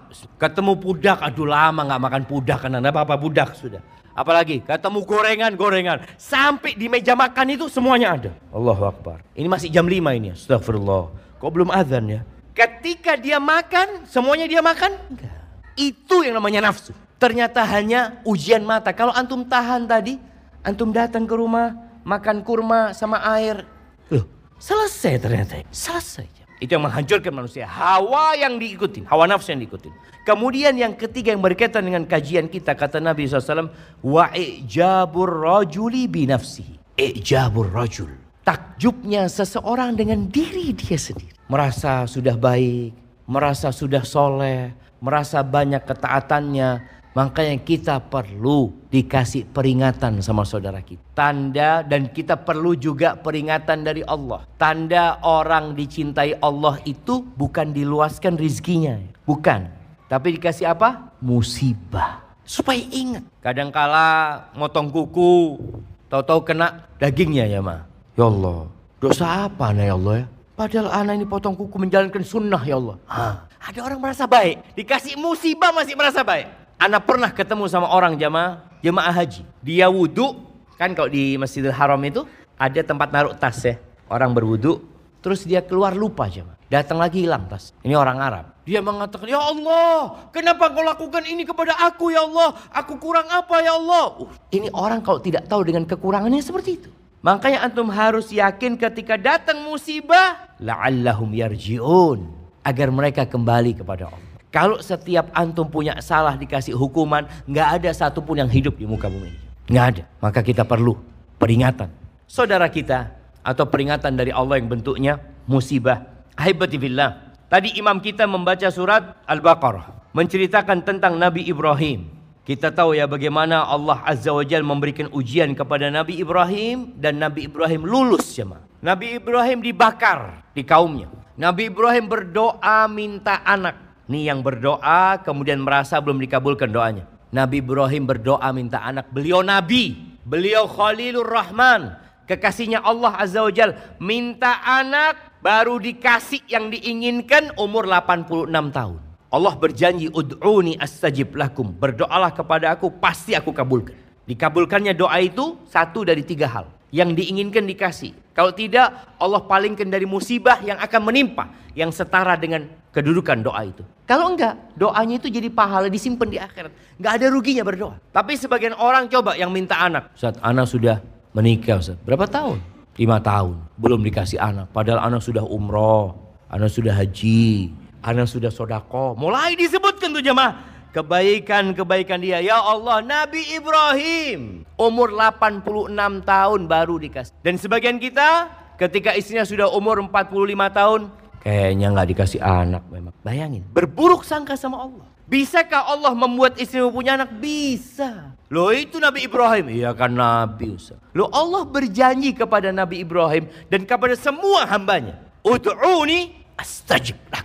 Ketemu pudak, aduh lama gak makan pudak karena ada apa-apa budak sudah. Apalagi ketemu gorengan. Sampai di meja makan itu semuanya ada. Allahu Akbar. Ini masih jam 5 ini. Astagfirullah. Kok belum azan ya? Ketika dia makan, semuanya dia makan? Enggak. Itu yang namanya nafsu. Ternyata hanya ujian mata. Kalau antum tahan tadi, antum datang ke rumah, makan kurma sama air. Loh, selesai ternyata. Selesai. Itu yang menghancurkan manusia. Hawa yang diikutin. Hawa nafsu yang diikutin. Kemudian yang ketiga yang berkaitan dengan kajian kita. Kata Nabi SAW. Wa i'jabur rajuli binafsihi. I'jabur rajul. Takjubnya seseorang dengan diri dia sendiri. Merasa sudah baik. Merasa sudah soleh. Merasa banyak ketaatannya. Makanya kita perlu dikasih peringatan sama saudara kita. Tanda dan kita perlu juga peringatan dari Allah. Tanda orang dicintai Allah itu bukan diluaskan rizkinya. Bukan. Tapi dikasih apa? Musibah. Supaya ingat. Kadangkala motong kuku. Tahu-tahu kena dagingnya ya ma. Ya Allah. Dosa apa ya Allah ya? Padahal anak ini potong kuku menjalankan sunnah ya Allah. Ada orang merasa baik. Dikasih musibah masih merasa baik. Anak pernah ketemu sama orang jemaah haji. Dia wudhu, kan kalau di Masjidil Haram itu ada tempat naruh tas ya. Orang berwudhu, terus dia keluar lupa jemaah. Datang lagi hilang tas. Ini orang Arab. Dia mengatakan, ya Allah, kenapa kau lakukan ini kepada aku ya Allah? Aku kurang apa ya Allah? Ini orang kalau tidak tahu dengan kekurangannya seperti itu. Makanya antum harus yakin ketika datang musibah, la'allahum yarji'un. Agar mereka kembali kepada Allah. Kalau setiap antum punya salah dikasih hukuman, nggak ada satupun yang hidup di muka bumi ini. Nggak ada. Maka kita perlu peringatan. Saudara kita atau peringatan dari Allah yang bentuknya musibah. Ahibati fillah. Tadi imam kita membaca surat Al-Baqarah. Menceritakan tentang Nabi Ibrahim. Kita tahu ya bagaimana Allah Azza wa Jalla memberikan ujian kepada Nabi Ibrahim. Dan Nabi Ibrahim lulus jemaah. Nabi Ibrahim dibakar di kaumnya. Nabi Ibrahim berdoa minta anak. Ini yang berdoa kemudian merasa belum dikabulkan doanya. Nabi Ibrahim berdoa minta anak. Beliau Nabi. Beliau Khalilur Rahman. Kekasihnya Allah Azza wa Jalla. Minta anak baru dikasih yang diinginkan umur 86 tahun. Allah berjanji ud'uni astajib lakum. Berdoalah kepada aku pasti aku kabulkan. Dikabulkannya doa itu satu dari 3 hal. Yang diinginkan dikasih. Kalau tidak Allah palingkan dari musibah yang akan menimpa. Yang setara dengan kedudukan doa itu. Kalau enggak doanya itu jadi pahala disimpan di akhirat. Enggak ada ruginya berdoa. Tapi sebagian orang coba yang minta anak. Ustaz, anak sudah menikah Ustaz. Berapa tahun? 5 tahun. Belum dikasih anak. Padahal anak sudah umroh. Anak sudah haji. Anak sudah sodako. Mulai disebutkan tuh jemaah. Kebaikan-kebaikan dia. Ya Allah, Nabi Ibrahim umur 86 tahun baru dikasih. Dan sebagian kita ketika istrinya sudah umur 45 tahun. Kayaknya gak dikasih anak memang. Bayangin, berburuk sangka sama Allah. Bisakah Allah membuat istrimu punya anak? Bisa. Loh itu Nabi Ibrahim. Iya kan Nabi Ustaz. Loh Allah berjanji kepada Nabi Ibrahim dan kepada semua hambanya. Ud'uni astajib lakum.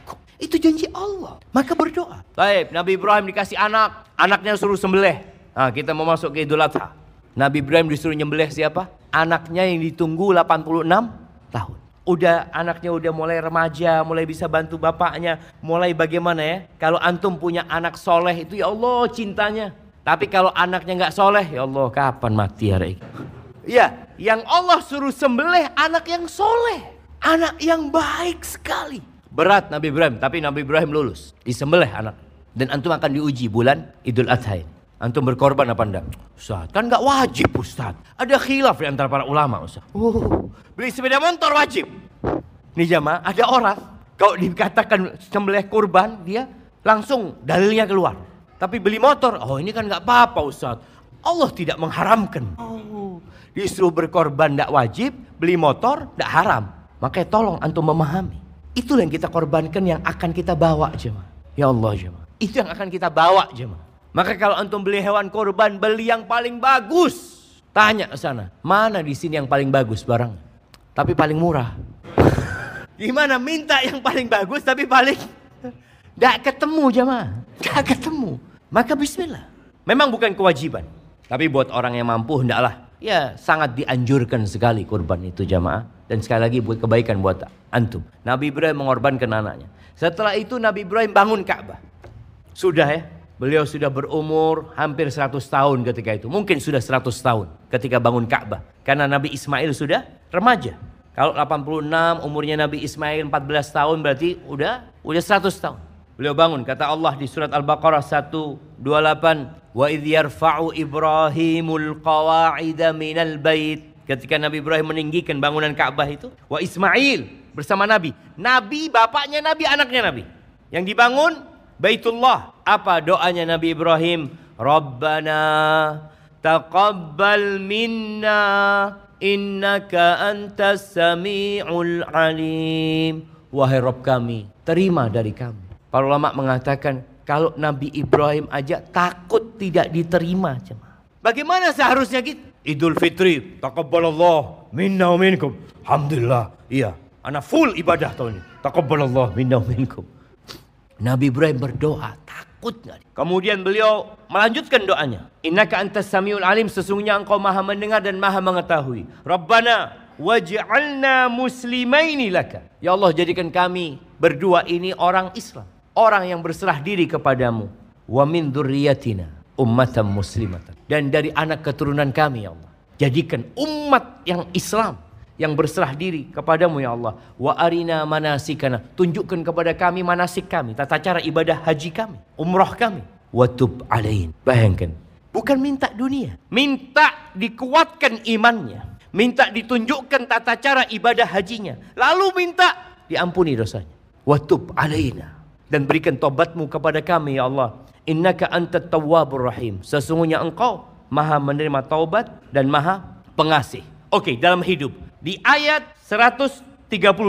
Itu janji Allah. Maka berdoa. Baik, Nabi Ibrahim dikasih anak. Anaknya suruh sembelih. Nah, kita mau masuk ke Idul Adha. Nabi Ibrahim disuruh nyembelih siapa? Anaknya yang ditunggu 86 tahun. Anaknya udah mulai remaja, mulai bisa bantu bapaknya. Mulai bagaimana ya? Kalau antum punya anak soleh itu ya Allah cintanya. Tapi kalau anaknya gak soleh, ya Allah kapan mati hari ini? Ya, yang Allah suruh sembelih anak yang soleh. Anak yang baik sekali. Berat Nabi Ibrahim, tapi Nabi Ibrahim lulus. Disembelih anak. Dan antum akan diuji bulan Idul Adha ini. Antum berkorban apa enggak? Ustaz, kan gak wajib Ustaz. Ada khilaf di antara para ulama Ustaz. Beli sepeda motor wajib. Nih jamaah, ada orang kalau dikatakan sembelih kurban, dia langsung dalilnya keluar. Tapi beli motor, ini kan gak apa-apa Ustaz. Allah tidak mengharamkan. Disuruh berkorban gak wajib, beli motor gak haram. Makanya tolong antum memahami. Itulah yang kita korbankan, yang akan kita bawa jemaah. Ya Allah jemaah. Itu yang akan kita bawa jemaah. Maka kalau antum beli hewan korban, beli yang paling bagus. Tanya ke sana, mana di sini yang paling bagus barang? Tapi paling murah. Gimana minta yang paling bagus tapi paling gak ketemu jemaah. Gak ketemu. Maka bismillah. Memang bukan kewajiban. Tapi buat orang yang mampu hendaklah. Ya sangat dianjurkan sekali kurban itu jamaah. Dan sekali lagi buat kebaikan buat antum. Nabi Ibrahim mengorbankan anaknya. Setelah itu Nabi Ibrahim bangun Ka'bah. Sudah ya. Beliau sudah berumur hampir 100 tahun ketika itu. Mungkin sudah 100 tahun ketika bangun Ka'bah. Karena Nabi Ismail sudah remaja. Kalau 86 umurnya Nabi Ismail 14 tahun berarti udah 100 tahun. Beliau bangun, kata Allah di surat Al-Baqarah 128, wa idh yarfa'u Ibrahimul qawa'ida minal bait. Ketika Nabi Ibrahim meninggikan bangunan Ka'bah itu, wa Ismail bersama Nabi. Nabi bapaknya Nabi, anaknya Nabi. Yang dibangun Baitullah. Apa doanya Nabi Ibrahim? Rabbana taqabbal minna innaka antas sami'ul alim. Wahai Rabb kami, terima dari kami. Para ulama mengatakan kalau Nabi Ibrahim aja takut tidak diterima. Bagaimana seharusnya gitu? Idul Fitri, taqabbalallah minna wa minkum. Alhamdulillah, iya, ana full ibadah tahun ini. Taqabbalallah minna wa minkum. Nabi Ibrahim berdoa, takut nggak? Kemudian beliau melanjutkan doanya. Innaka antas samiul alim, sesungguhnya engkau maha mendengar dan maha mengetahui. Rabbana waj'alna muslimaini laka. Ya Allah, jadikan kami berdua ini orang Islam, orang yang berserah diri kepadamu. Wa min dzurriyyatina ummatan muslimatan. Dan dari anak keturunan kami ya Allah, jadikan umat yang Islam, yang berserah diri kepadamu ya Allah. Wa arina manasikana, tunjukkan kepada kami manasik kami, tata cara ibadah haji kami, umrah kami. Wa tub alain. Bayangkan, bukan minta dunia, minta dikuatkan imannya, minta ditunjukkan tata cara ibadah hajinya, lalu minta diampuni dosanya. Wa tub alaina, dan berikan tobatmu kepada kami ya Allah. Innaka antat tawwabur rahim, sesungguhnya engkau maha menerima taubat dan maha pengasih. Oke, dalam hidup di ayat 132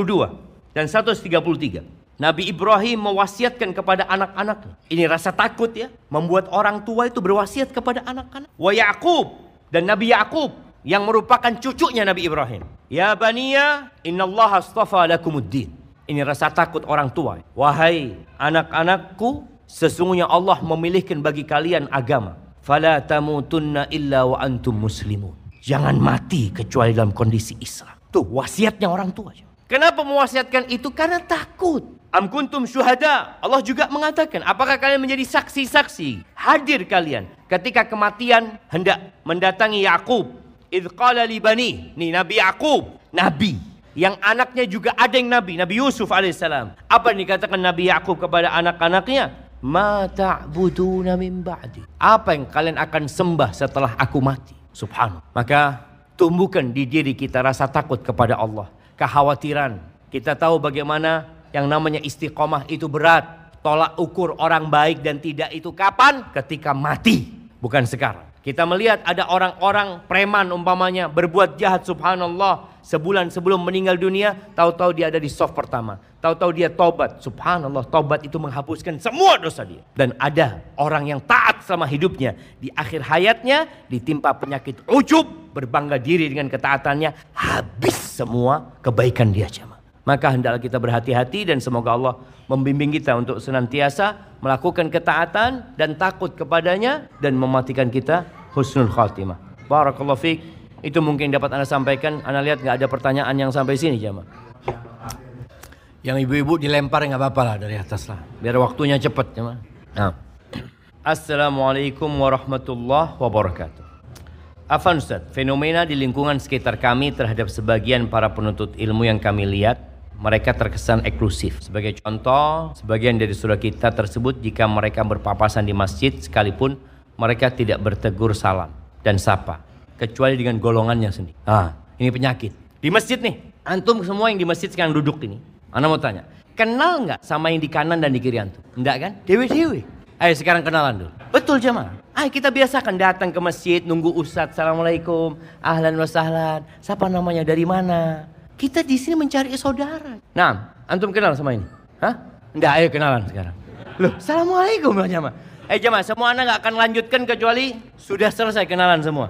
dan 133 Nabi Ibrahim mewasiatkan kepada anak-anaknya. Ini rasa takut ya, membuat orang tua itu berwasiat kepada anak-anak. Wa Ya'qub, dan Nabi Ya'qub yang merupakan cucunya Nabi Ibrahim. Ya baniya, innallaha astafa lakumuddin. Ini rasa takut orang tua. Wahai anak-anakku, sesungguhnya Allah memilihkan bagi kalian agama. Fala tamutunna illa wa antum muslimun. Jangan mati kecuali dalam kondisi Islam. Tuh wasiatnya orang tua. Kenapa mewasiatkan itu? Karena takut. Am kuntum syuhada. Allah juga mengatakan, apakah kalian menjadi saksi-saksi? Hadir kalian ketika kematian hendak mendatangi Ya'qub. Idh qala li bani. Nih Nabi Ya'qub, nabi yang anaknya juga ada yang nabi, Nabi Yusuf alaihissalam. Apa yang dikatakan Nabi Ya'qub kepada anak-anaknya? Ma ta'buduna min ba'di. Apa yang kalian akan sembah setelah aku mati? Subhanallah. Maka tumbuhkan di diri kita rasa takut kepada Allah, kekhawatiran. Kita tahu bagaimana yang namanya istiqomah itu berat. Tolak ukur orang baik dan tidak itu kapan? Ketika mati, bukan sekarang. Kita melihat ada orang-orang preman umpamanya berbuat jahat, subhanallah, sebulan sebelum meninggal dunia, tahu-tahu dia ada di soft pertama. Tahu-tahu dia tobat. Subhanallah, tobat itu menghapuskan semua dosa dia. Dan ada orang yang taat selama hidupnya, di akhir hayatnya ditimpa penyakit ujub, berbangga diri dengan ketaatannya, habis semua kebaikan dia jemaah. Maka hendaklah kita berhati-hati dan semoga Allah membimbing kita untuk senantiasa melakukan ketaatan dan takut kepadanya dan mematikan kita husnul khatimah. Barakallahu fiik. Itu mungkin dapat Anda sampaikan. Anda lihat nggak ada pertanyaan yang sampai sini jamaah. Yang ibu-ibu dilempar nggak apa-apa lah dari atas lah. Biar waktunya cepat jamaah. Nah. Assalamualaikum warahmatullahi wabarakatuh. Afan Ustaz, fenomena di lingkungan sekitar kami terhadap sebagian para penuntut ilmu yang kami lihat, mereka terkesan eksklusif. Sebagai contoh, sebagian dari saudara kita tersebut jika mereka berpapasan di masjid sekalipun mereka tidak bertegur salam dan sapa, kecuali dengan golongannya sendiri. Ini penyakit. Di masjid nih, antum semua yang di masjid sekarang duduk ini, ana mau tanya, kenal nggak sama yang di kanan dan di kiri antum? Enggak kan? Dewe-dewe. Ayo sekarang kenalan dulu. Betul jemaah. Ayo kita biasakan datang ke masjid, nunggu ustadz, assalamualaikum, ahlan wa sahlan. Siapa namanya, dari mana? Kita di sini mencari saudara. Nah, antum kenal sama ini? Hah? Enggak, ayo kenalan sekarang. Loh, assalamualaikum jemaah. Jemaah, semua anak nggak akan lanjutkan kecuali sudah selesai kenalan semua.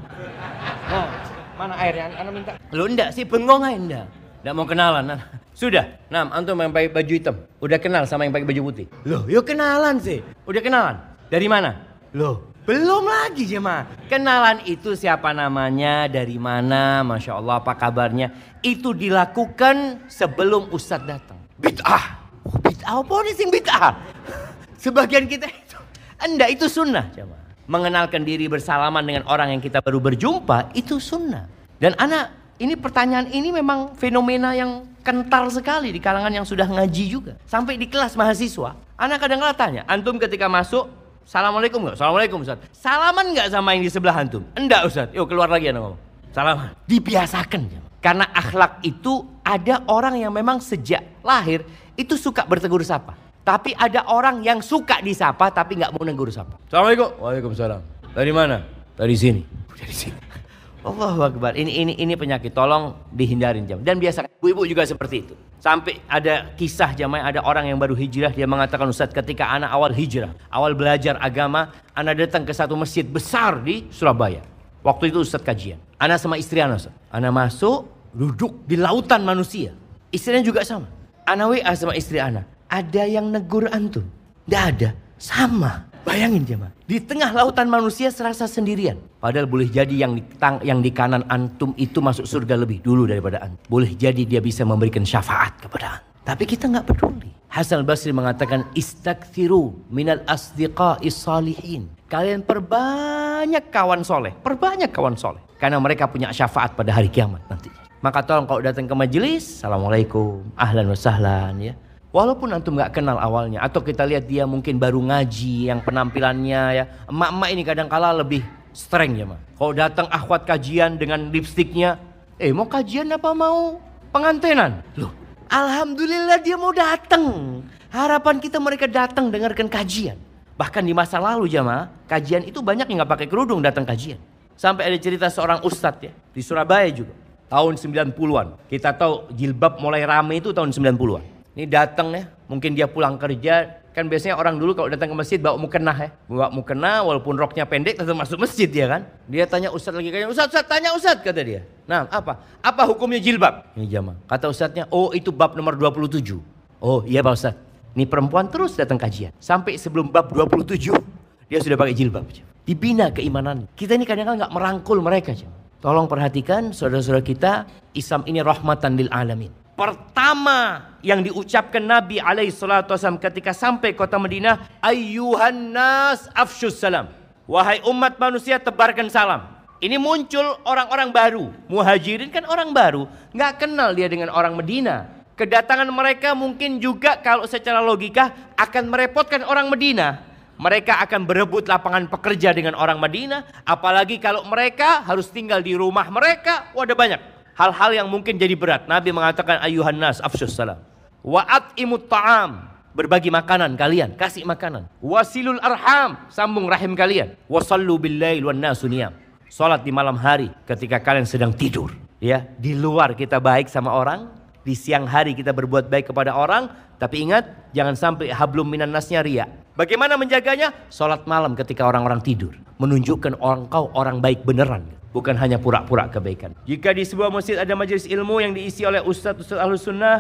Oh, mana airnya? Anak minta. Loh, enggak sih, bengong aja enggak. Enggak mau kenalan. Sudah. Nah, antum yang pakai baju hitam udah kenal sama yang pakai baju putih. Loh, yuk kenalan sih. Udah kenalan? Dari mana? Loh, belum lagi jemaah. Kenalan itu siapa namanya, dari mana, Masya Allah, apa kabarnya. Itu dilakukan sebelum ustadz datang. Bid'ah. Bid'ah apa nih sing bid'ah? Sebagian kita itu. Enggak, itu sunnah jemaah. Mengenalkan diri bersalaman dengan orang yang kita baru berjumpa, itu sunnah. Dan ini pertanyaan ini memang fenomena yang kental sekali di kalangan yang sudah ngaji juga. Sampai di kelas mahasiswa, anak kadang-kadang tanya, antum ketika masuk, assalamualaikum nggak? Assalamualaikum Ustaz. Salaman nggak sama yang di sebelah antum? Enggak Ustaz. Yuk keluar lagi anak ngomong. Salaman. Dibiasakan. Karena akhlak itu ada orang yang memang sejak lahir itu suka bertegur sapa. Tapi ada orang yang suka disapa tapi nggak mau negur sapa. Assalamualaikum. Waalaikumsalam. Dari mana? Dari sini. Dari sini. Allahu Akbar. Ini penyakit. Tolong dihindarin jam. Dan biasa ibu-ibu juga seperti itu. Sampai ada kisah jamaah, ada orang yang baru hijrah, dia mengatakan, Ustaz, ketika anak awal hijrah, awal belajar agama, anak datang ke satu masjid besar di Surabaya. Waktu itu Ustaz kajian. Anak sama istri anak, Ustaz. Anak masuk, duduk di lautan manusia. Istrinya juga sama. Anak WA sama istri anak. Ada yang negur antum? Tidak ada. Sama. Bayangin jemaah, di tengah lautan manusia serasa sendirian. Padahal boleh jadi yang di kanan antum itu masuk surga lebih dulu daripada antum. Boleh jadi dia bisa memberikan syafaat kepada antum. Tapi kita nggak peduli. Hasan al-Basri mengatakan, istakthiru minal asdiqa'is salihin. Kalian perbanyak kawan soleh. Perbanyak kawan soleh. Karena mereka punya syafaat pada hari kiamat nanti. Maka tolong kalau datang ke majelis, assalamualaikum, ahlan wa sahlan ya. Walaupun antum gak kenal awalnya, atau kita lihat dia mungkin baru ngaji, yang penampilannya ya, emak-emak ini kadang-kala lebih streng ya, kalau datang akhwat kajian dengan lipstiknya, mau kajian apa mau pengantenan? Loh, alhamdulillah dia mau datang. Harapan kita mereka datang dengarkan kajian. Bahkan di masa lalu jamaah, kajian itu banyak yang gak pakai kerudung datang kajian. Sampai ada cerita seorang ustadz ya, di Surabaya juga, tahun 90-an. Kita tahu jilbab mulai rame itu tahun 90-an. Ini datang ya, mungkin dia pulang kerja. Kan biasanya orang dulu kalau datang ke masjid bawa mukena ya. Bawa mukena walaupun roknya pendek tetap masuk masjid ya kan. Dia tanya ustadz lagi kayaknya, Ustadz tanya ustadz kata dia. Nah apa hukumnya jilbab? Ini jamaah. Kata ustadznya, oh itu bab nomor 27. Oh iya Pak Ustadz. Ini perempuan terus datang kajian. Sampai sebelum bab 27 dia sudah pakai jilbab. Dibina keimanannya. Kita ini kadang-kadang gak merangkul mereka. Tolong perhatikan saudara-saudara kita, Islam ini rahmatan lil alamin. Pertama yang diucapkan Nabi SAW ketika sampai kota Madinah, ayyuhan nas afsyus salam. Wahai umat manusia, tebarkan salam. Ini muncul orang-orang baru. Muhajirin kan orang baru, nggak kenal dia dengan orang Madinah. Kedatangan mereka mungkin juga kalau secara logika akan merepotkan orang Madinah. Mereka akan berebut lapangan pekerja dengan orang Madinah. Apalagi kalau mereka harus tinggal di rumah mereka. Wadah banyak hal-hal yang mungkin jadi berat. Nabi mengatakan ayyuhan nas afsyus salam. Wa'at imut ta'am. Berbagi makanan kalian. Kasih makanan. Wasilul arham. Sambung rahim kalian. Wasallu billail wan nasu niyam. Salat di malam hari ketika kalian sedang tidur. Ya, di luar kita baik sama orang. Di siang hari kita berbuat baik kepada orang. Tapi ingat, jangan sampai hablum minan nasnya riya. Bagaimana menjaganya? Salat malam ketika orang-orang tidur. Menunjukkan kau orang baik beneran. Bukan hanya pura-pura kebaikan. Jika di sebuah masjid ada majelis ilmu yang diisi oleh ustadz-ustadz ahlus sunnah,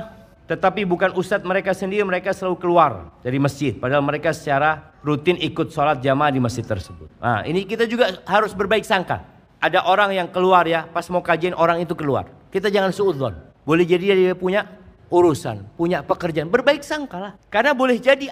Tetapi bukan ustadz mereka sendiri, mereka selalu keluar dari masjid. Padahal mereka secara rutin ikut sholat jamaah di masjid tersebut. Nah, ini kita juga harus berbaik sangka. Ada orang yang keluar ya, pas mau kajian orang itu keluar. Kita jangan suudzon. Boleh jadi dia punya urusan, punya pekerjaan. Berbaik sangka lah. Karena boleh jadi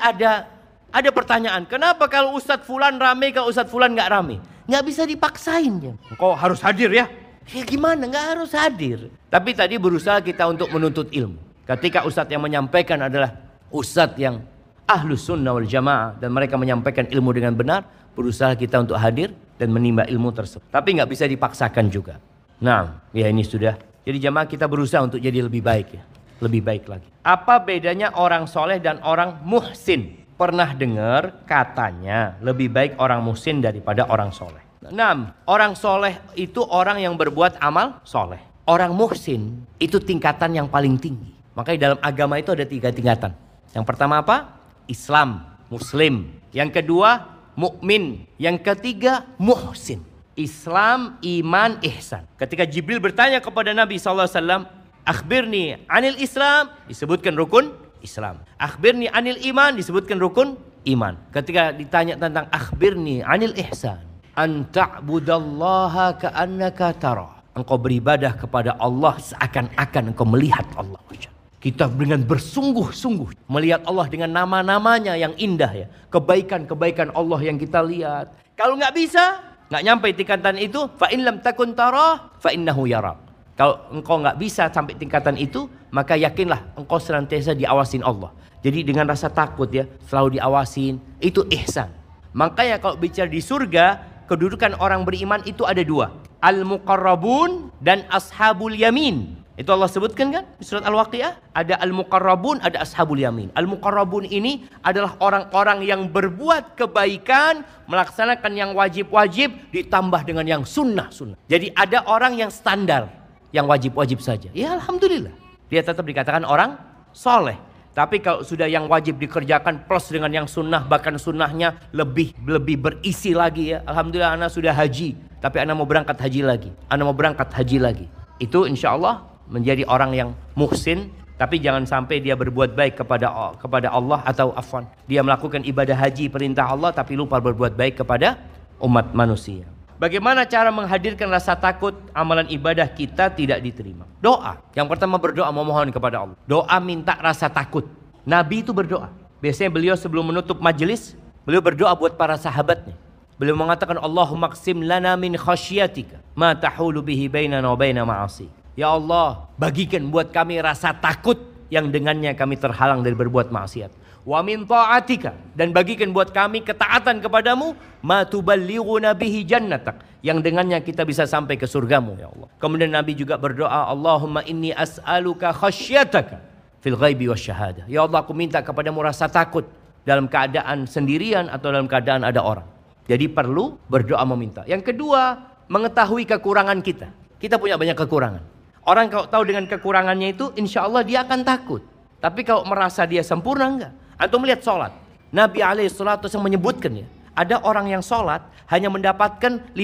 ada pertanyaan. Kenapa kalau ustadz fulan rame, kalau ustadz fulan nggak rame? Nggak bisa dipaksain ya. Kau harus hadir ya. Ya gimana, nggak harus hadir. Tapi tadi berusaha kita untuk menuntut ilmu. Ketika ustadz yang menyampaikan adalah ustadz yang ahlus sunnah wal jamaah, dan mereka menyampaikan ilmu dengan benar, berusaha kita untuk hadir dan menimba ilmu tersebut. Tapi nggak bisa dipaksakan juga. Nah, ya ini sudah. Jadi jamaah kita berusaha untuk jadi lebih baik ya. Lebih baik lagi. Apa bedanya orang soleh dan orang muhsin? Pernah dengar katanya lebih baik orang muhsin daripada orang soleh. 6. Orang soleh itu orang yang berbuat amal soleh. Orang muhsin itu tingkatan yang paling tinggi. Makanya dalam agama itu ada 3 tingkatan. Yang pertama apa? Islam, Muslim. Yang kedua, mukmin. Yang ketiga, muhsin. Islam, iman, ihsan. Ketika Jibril bertanya kepada Nabi SAW, akhbirni anil Islam, disebutkan rukun Islam. Akhbirni anil iman, disebutkan rukun iman. Ketika ditanya tentang akhbirni anil ihsan, an ta'budallaha ka'annaka tarah. Engkau beribadah kepada Allah seakan-akan engkau melihat Allah. Kita dengan bersungguh-sungguh melihat Allah dengan nama-namanya yang indah ya. Kebaikan-kebaikan Allah yang kita lihat. Kalau nggak bisa, nggak nyampe tingkatan itu, fa in lam takun tarah fa innahu yarak. Kalau engkau nggak bisa sampai tingkatan itu, maka yakinlah engkau senantiasa diawasin Allah. Jadi dengan rasa takut ya, selalu diawasin, itu ihsan. Makanya kalau bicara di surga, kedudukan orang beriman itu ada 2. Al-muqarrabun dan ashabul yamin. Itu Allah sebutkan kan di surat Al-Waqiah. Ada al-muqarrabun, ada ashabul yamin. Al-muqarrabun ini adalah orang-orang yang berbuat kebaikan, melaksanakan yang wajib-wajib, ditambah dengan yang sunnah-sunnah. Jadi ada orang yang standar, yang wajib-wajib saja. Ya alhamdulillah, dia tetap dikatakan orang soleh. Tapi kalau sudah yang wajib dikerjakan plus dengan yang sunnah, bahkan sunnahnya lebih berisi lagi ya. Alhamdulillah anak sudah haji, tapi anak mau berangkat haji lagi. Anak mau berangkat haji lagi. Itu insya Allah menjadi orang yang muhsin. Tapi jangan sampai dia berbuat baik kepada Allah, atau afwan, dia melakukan ibadah haji perintah Allah tapi lupa berbuat baik kepada umat manusia. Bagaimana cara menghadirkan rasa takut amalan ibadah kita tidak diterima? Doa. Yang pertama berdoa memohon kepada Allah. Doa minta rasa takut. Nabi itu berdoa. Biasanya beliau sebelum menutup majelis, beliau berdoa buat para sahabatnya. Beliau mengatakan, Allahumma qsim lana min khasyatika ma tahulu bihi bainana wa baina ma'asi. Ya Allah, bagikan buat kami rasa takut yang dengannya kami terhalang dari berbuat maksiat. Wa min ta'atika, dan bagikan buat kami ketaatan kepadamu, ma tuballighuna bihi jannatak, yang dengannya kita bisa sampai ke surgamu ya Allah. Kemudian Nabi juga berdoa, Allahumma inni as'aluka khasyataka fil ghaibi wasyahadah. Ya Allah, aku minta kepadamu rasa takut dalam keadaan sendirian atau dalam keadaan ada orang. Jadi perlu berdoa meminta. Yang kedua, mengetahui kekurangan kita. Kita punya banyak kekurangan. Orang kalau tahu dengan kekurangannya itu, insya Allah dia akan takut. Tapi kalau merasa dia sempurna, enggak. Antum melihat sholat, Nabi SAW menyebutkan ya, ada orang yang sholat hanya mendapatkan 50%.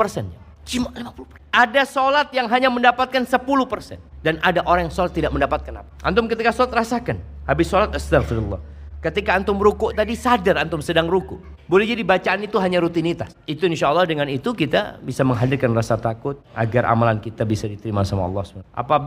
Cuma 50%. Ada sholat yang hanya mendapatkan 10%. Dan ada orang yang sholat tidak mendapatkan apa. Antum ketika sholat rasakan, habis sholat astagfirullah. Ketika antum ruku tadi sadar antum sedang ruku. Boleh jadi bacaan itu hanya rutinitas. Itu insya Allah dengan itu kita bisa menghadirkan rasa takut agar amalan kita bisa diterima sama Allah SWT.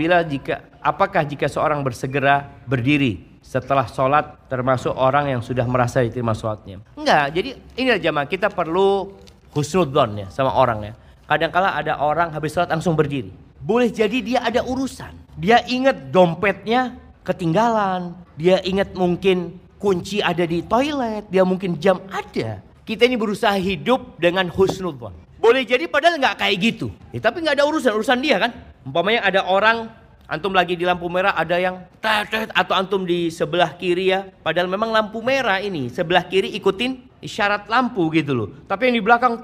Apakah jika seorang bersegera berdiri setelah sholat termasuk orang yang sudah merasa diterima sholatnya? Enggak, jadi inilah jamaah, kita perlu husnudzon ya sama orang ya. Kadang-kala ada orang habis sholat langsung berdiri. Boleh jadi dia ada urusan. Dia ingat dompetnya ketinggalan. Dia ingat mungkin kunci ada di toilet. Dia mungkin jam ada. Kita ini berusaha hidup dengan husnudzon. Boleh jadi padahal nggak kayak gitu. Ya, tapi nggak ada urusan dia kan. Umpamanya ada orang, antum lagi di lampu merah, ada yang atau antum di sebelah kiri ya. Padahal memang lampu merah ini sebelah kiri ikutin isyarat lampu gitu loh. Tapi yang di belakang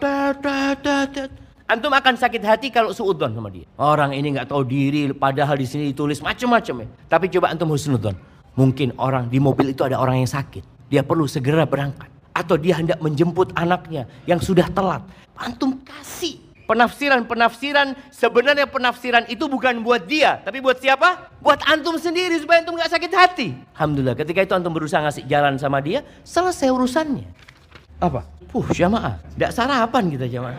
antum akan sakit hati kalau suudzon sama dia. Orang ini nggak tahu diri, padahal di sini ditulis macam-macam ya. Tapi coba antum husnudzon. Mungkin orang di mobil itu ada orang yang sakit. Dia perlu segera berangkat. Atau dia hendak menjemput anaknya yang sudah telat. Antum kasih Penafsiran sebenarnya penafsiran itu bukan buat dia, tapi buat siapa? Buat antum sendiri supaya antum gak sakit hati. Alhamdulillah ketika itu antum berusaha ngasih jalan sama dia, selesai urusannya. Apa? Jamaah, gak sarapan kita jamaah.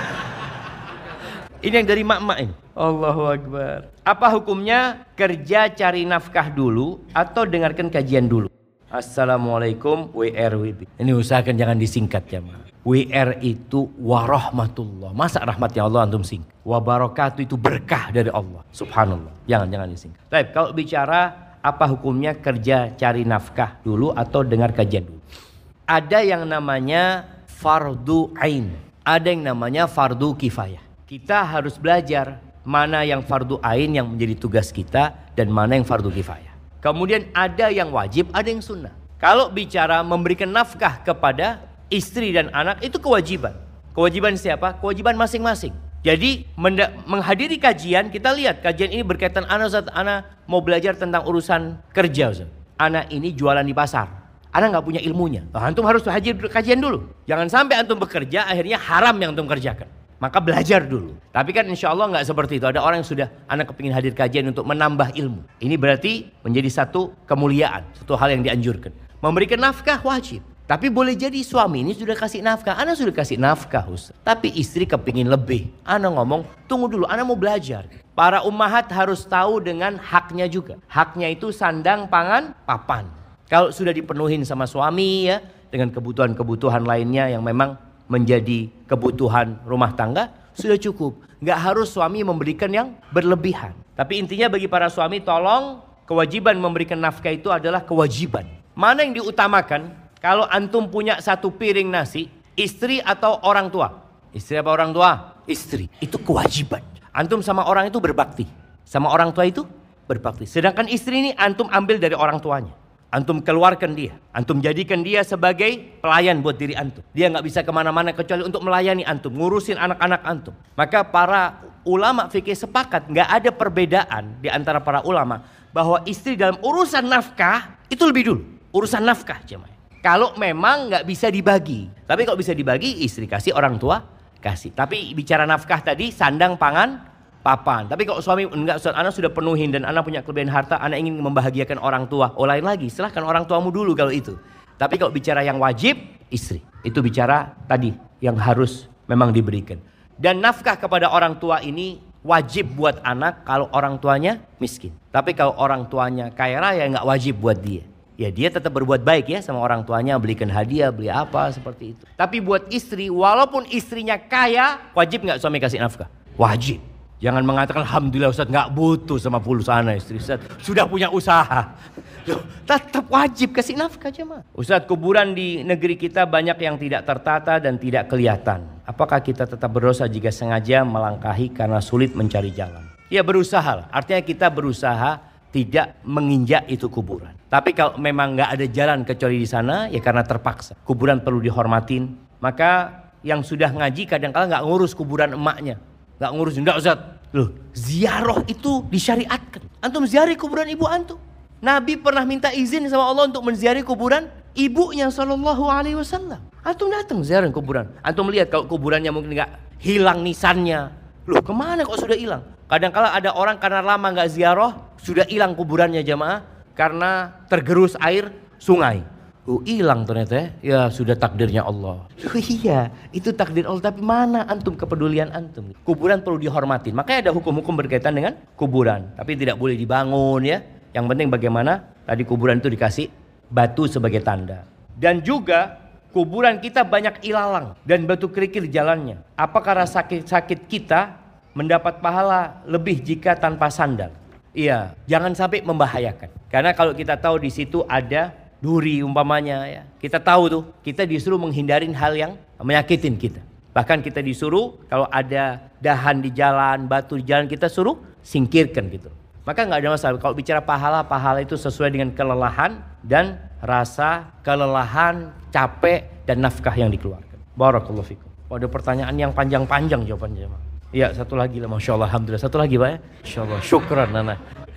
Ini yang dari mak-mak ini. Allahu Akbar. Apa hukumnya kerja cari nafkah dulu atau dengarkan kajian dulu? Assalamualaikum WRWB. Ini usahakan jangan disingkat jamaah. WR itu warahmatullah. Masa rahmatnya Allah antum singkat? Wabarakatuh itu berkah dari Allah. Subhanallah. Jangan disingkat. Baik, kalau bicara apa hukumnya kerja cari nafkah dulu atau dengar kajian dulu? Ada yang namanya fardu ain. Ada yang namanya fardu kifayah. Kita harus belajar mana yang fardu ain yang menjadi tugas kita dan mana yang fardu kifayah. Kemudian ada yang wajib, ada yang sunnah. Kalau bicara memberikan nafkah kepada istri dan anak itu kewajiban. Kewajiban siapa? Kewajiban masing-masing. Jadi menghadiri kajian, kita lihat kajian ini berkaitan anak mau belajar tentang urusan kerja. Ustaz. Anak ini jualan di pasar. Anak nggak punya ilmunya. Antum harus hadir kajian dulu. Jangan sampai antum bekerja akhirnya haram yang antum kerjakan. Maka belajar dulu. Tapi kan insya Allah nggak seperti itu. Ada orang yang sudah anak kepingin hadir kajian untuk menambah ilmu. Ini berarti menjadi satu kemuliaan. Satu hal yang dianjurkan. Memberikan nafkah wajib. Tapi boleh jadi suami ini sudah kasih nafkah. Anak sudah kasih nafkah Ustaz. Tapi istri kepingin lebih. Anak ngomong tunggu dulu. Anak mau belajar. Para ummahat harus tahu dengan haknya juga. Haknya itu sandang, pangan, papan. Kalau sudah dipenuhin sama suami ya. Dengan kebutuhan-kebutuhan lainnya yang memang menjadi kebutuhan rumah tangga sudah cukup. Nggak harus suami memberikan yang berlebihan. Tapi intinya bagi para suami tolong kewajiban memberikan nafkah itu adalah kewajiban. Mana yang diutamakan? Kalau antum punya satu piring nasi, istri atau orang tua? Istri apa orang tua? Istri. Itu kewajiban. Antum sama orang itu berbakti. Sama orang tua itu berbakti. Sedangkan istri ini antum ambil dari orang tuanya. Antum keluarkan dia. Antum jadikan dia sebagai pelayan buat diri antum. Dia nggak bisa kemana-mana kecuali untuk melayani antum. Ngurusin anak-anak antum. Maka para ulama fikih sepakat. Nggak ada perbedaan di antara para ulama. Bahwa istri dalam urusan nafkah itu lebih dulu. Urusan nafkah jemaah. Kalau memang nggak bisa dibagi. Tapi kalau bisa dibagi istri kasih, orang tua kasih. Tapi bicara nafkah tadi sandang, pangan, papan. Tapi kalau suami enggak, anak sudah penuhin dan anak punya kelebihan harta, anak ingin membahagiakan orang tua. Oh lain lagi, silahkan orang tuamu dulu kalau itu. Tapi kalau bicara yang wajib, istri. Itu bicara tadi yang harus memang diberikan. Dan nafkah kepada orang tua ini wajib buat anak kalau orang tuanya miskin. Tapi kalau orang tuanya kaya raya nggak wajib buat dia. Ya dia tetap berbuat baik ya sama orang tuanya, belikan hadiah, beli apa seperti itu. Tapi buat istri, walaupun istrinya kaya, wajib nggak suami kasih nafkah? Wajib. Jangan mengatakan alhamdulillah Ustaz nggak butuh sama pulsa anak istri Ustaz, sudah punya usaha. Loh, tetap wajib kasih nafkah jemaah. Ustaz, kuburan di negeri kita banyak yang tidak tertata dan tidak kelihatan. Apakah kita tetap berdosa jika sengaja melangkahi karena sulit mencari jalan? Ya berusaha, artinya kita berusaha tidak menginjak itu kuburan. Tapi kalau memang nggak ada jalan kecuali di sana, ya karena terpaksa. Kuburan perlu dihormatin. Maka yang sudah ngaji kadang-kadang nggak ngurus kuburan emaknya. Nggak ngurus, enggak Ustaz. Loh, ziarah itu disyariatkan. Antum ziarah kuburan ibu antum. Nabi pernah minta izin sama Allah untuk menziarahi kuburan ibunya sallallahu alaihi wasallam. Antum datang ziarah kuburan. Antum lihat kalau kuburannya mungkin nggak hilang nisannya. Loh, kemana kok sudah hilang? Kadang-kala ada orang karena lama nggak ziarah sudah hilang kuburannya jamaah karena tergerus air sungai. Hilang ternyata ya sudah takdirnya Allah. Iya, itu takdir Allah, tapi mana antum kepedulian antum? Kuburan perlu dihormatin. Makanya ada hukum-hukum berkaitan dengan kuburan, tapi tidak boleh dibangun ya. Yang penting bagaimana tadi kuburan itu dikasih batu sebagai tanda. Dan juga kuburan kita banyak ilalang dan batu kerikil jalannya. Apakah rasa sakit kita mendapat pahala lebih jika tanpa sandal? Iya, jangan sampai membahayakan. Karena kalau kita tahu di situ ada duri umpamanya ya. Kita tahu tuh, kita disuruh menghindarin hal yang menyakitin kita. Bahkan kita disuruh kalau ada dahan di jalan, batu di jalan, kita suruh singkirkan gitu. Maka nggak ada masalah. Kalau bicara pahala, pahala itu sesuai dengan kelelahan dan rasa kelelahan, capek dan nafkah yang dikeluarkan. Barakallahu fikum. Ada pertanyaan yang panjang-panjang jawabannya. Iya, satu lagi lah, Masya Allah, Alhamdulillah. Satu lagi Pak ya. Masya Allah, syukran Nana.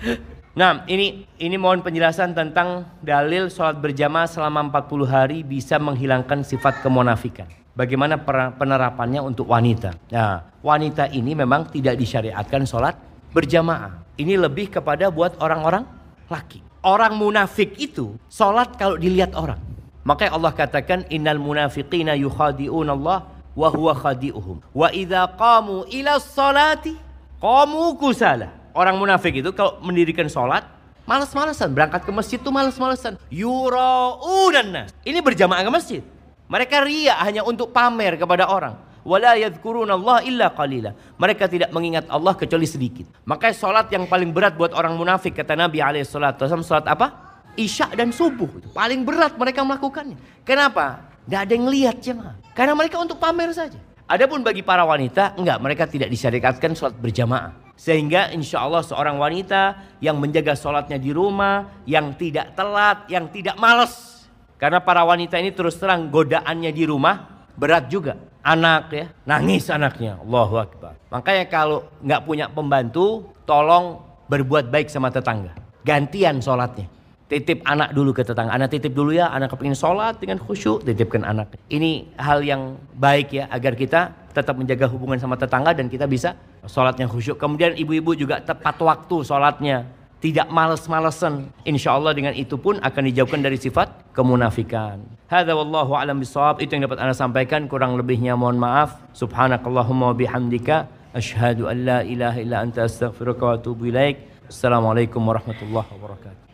Nah, ini mohon penjelasan tentang dalil sholat berjamaah selama 40 hari bisa menghilangkan sifat kemunafikan. Bagaimana penerapannya untuk wanita? Nah, wanita ini memang tidak disyariatkan sholat berjamaah. Ini lebih kepada buat orang-orang laki. Orang munafik itu sholat kalau dilihat orang. Makanya Allah katakan innal munafiqina yukhadi'una Allah wa huwa khadi'uhum. Wa idza qamu ila sholati qamu kusala. Orang munafik itu kalau mendirikan sholat malas-malasan, berangkat ke masjid tuh malas-malasan. Yura'unan nas. Ini berjamaah ke masjid. Mereka riya hanya untuk pamer kepada orang. Wala yadhkurunallaha illa qalila. Mereka tidak mengingat Allah kecuali sedikit. Makanya salat yang paling berat buat orang munafik kata Nabi alaihi salatu wasallam salat apa? Isya dan subuh. Paling berat mereka melakukannya. Kenapa? Tidak ada yang lihat jemaah. Karena mereka untuk pamer saja. Adapun bagi para wanita enggak, mereka tidak disyariatkan salat berjamaah. Sehingga insya Allah seorang wanita yang menjaga salatnya di rumah, yang tidak telat, yang tidak malas. Karena para wanita ini terus terang godaannya di rumah berat juga. Anak ya, nangis anaknya. Allahu Akbar. Makanya kalau nggak punya pembantu, tolong berbuat baik sama tetangga. Gantian sholatnya. Titip anak dulu ke tetangga. Anak titip dulu ya, anak kepingin sholat dengan khusyuk, titipkan anak. Ini hal yang baik ya, agar kita tetap menjaga hubungan sama tetangga dan kita bisa sholat yang khusyuk. Kemudian ibu-ibu juga tepat waktu sholatnya. Tidak males-malesan. Insya Allah dengan itu pun akan dijauhkan dari sifat kemunafikan. Hadza wallahu a'lam bishawab. Itu yang dapat Anda sampaikan. Kurang lebihnya mohon maaf. Subhanakallahumma bihamdika. Asyhadu an la ilaha illa anta astaghfiruka wa atubu ilaik. Assalamualaikum warahmatullahi wabarakatuh.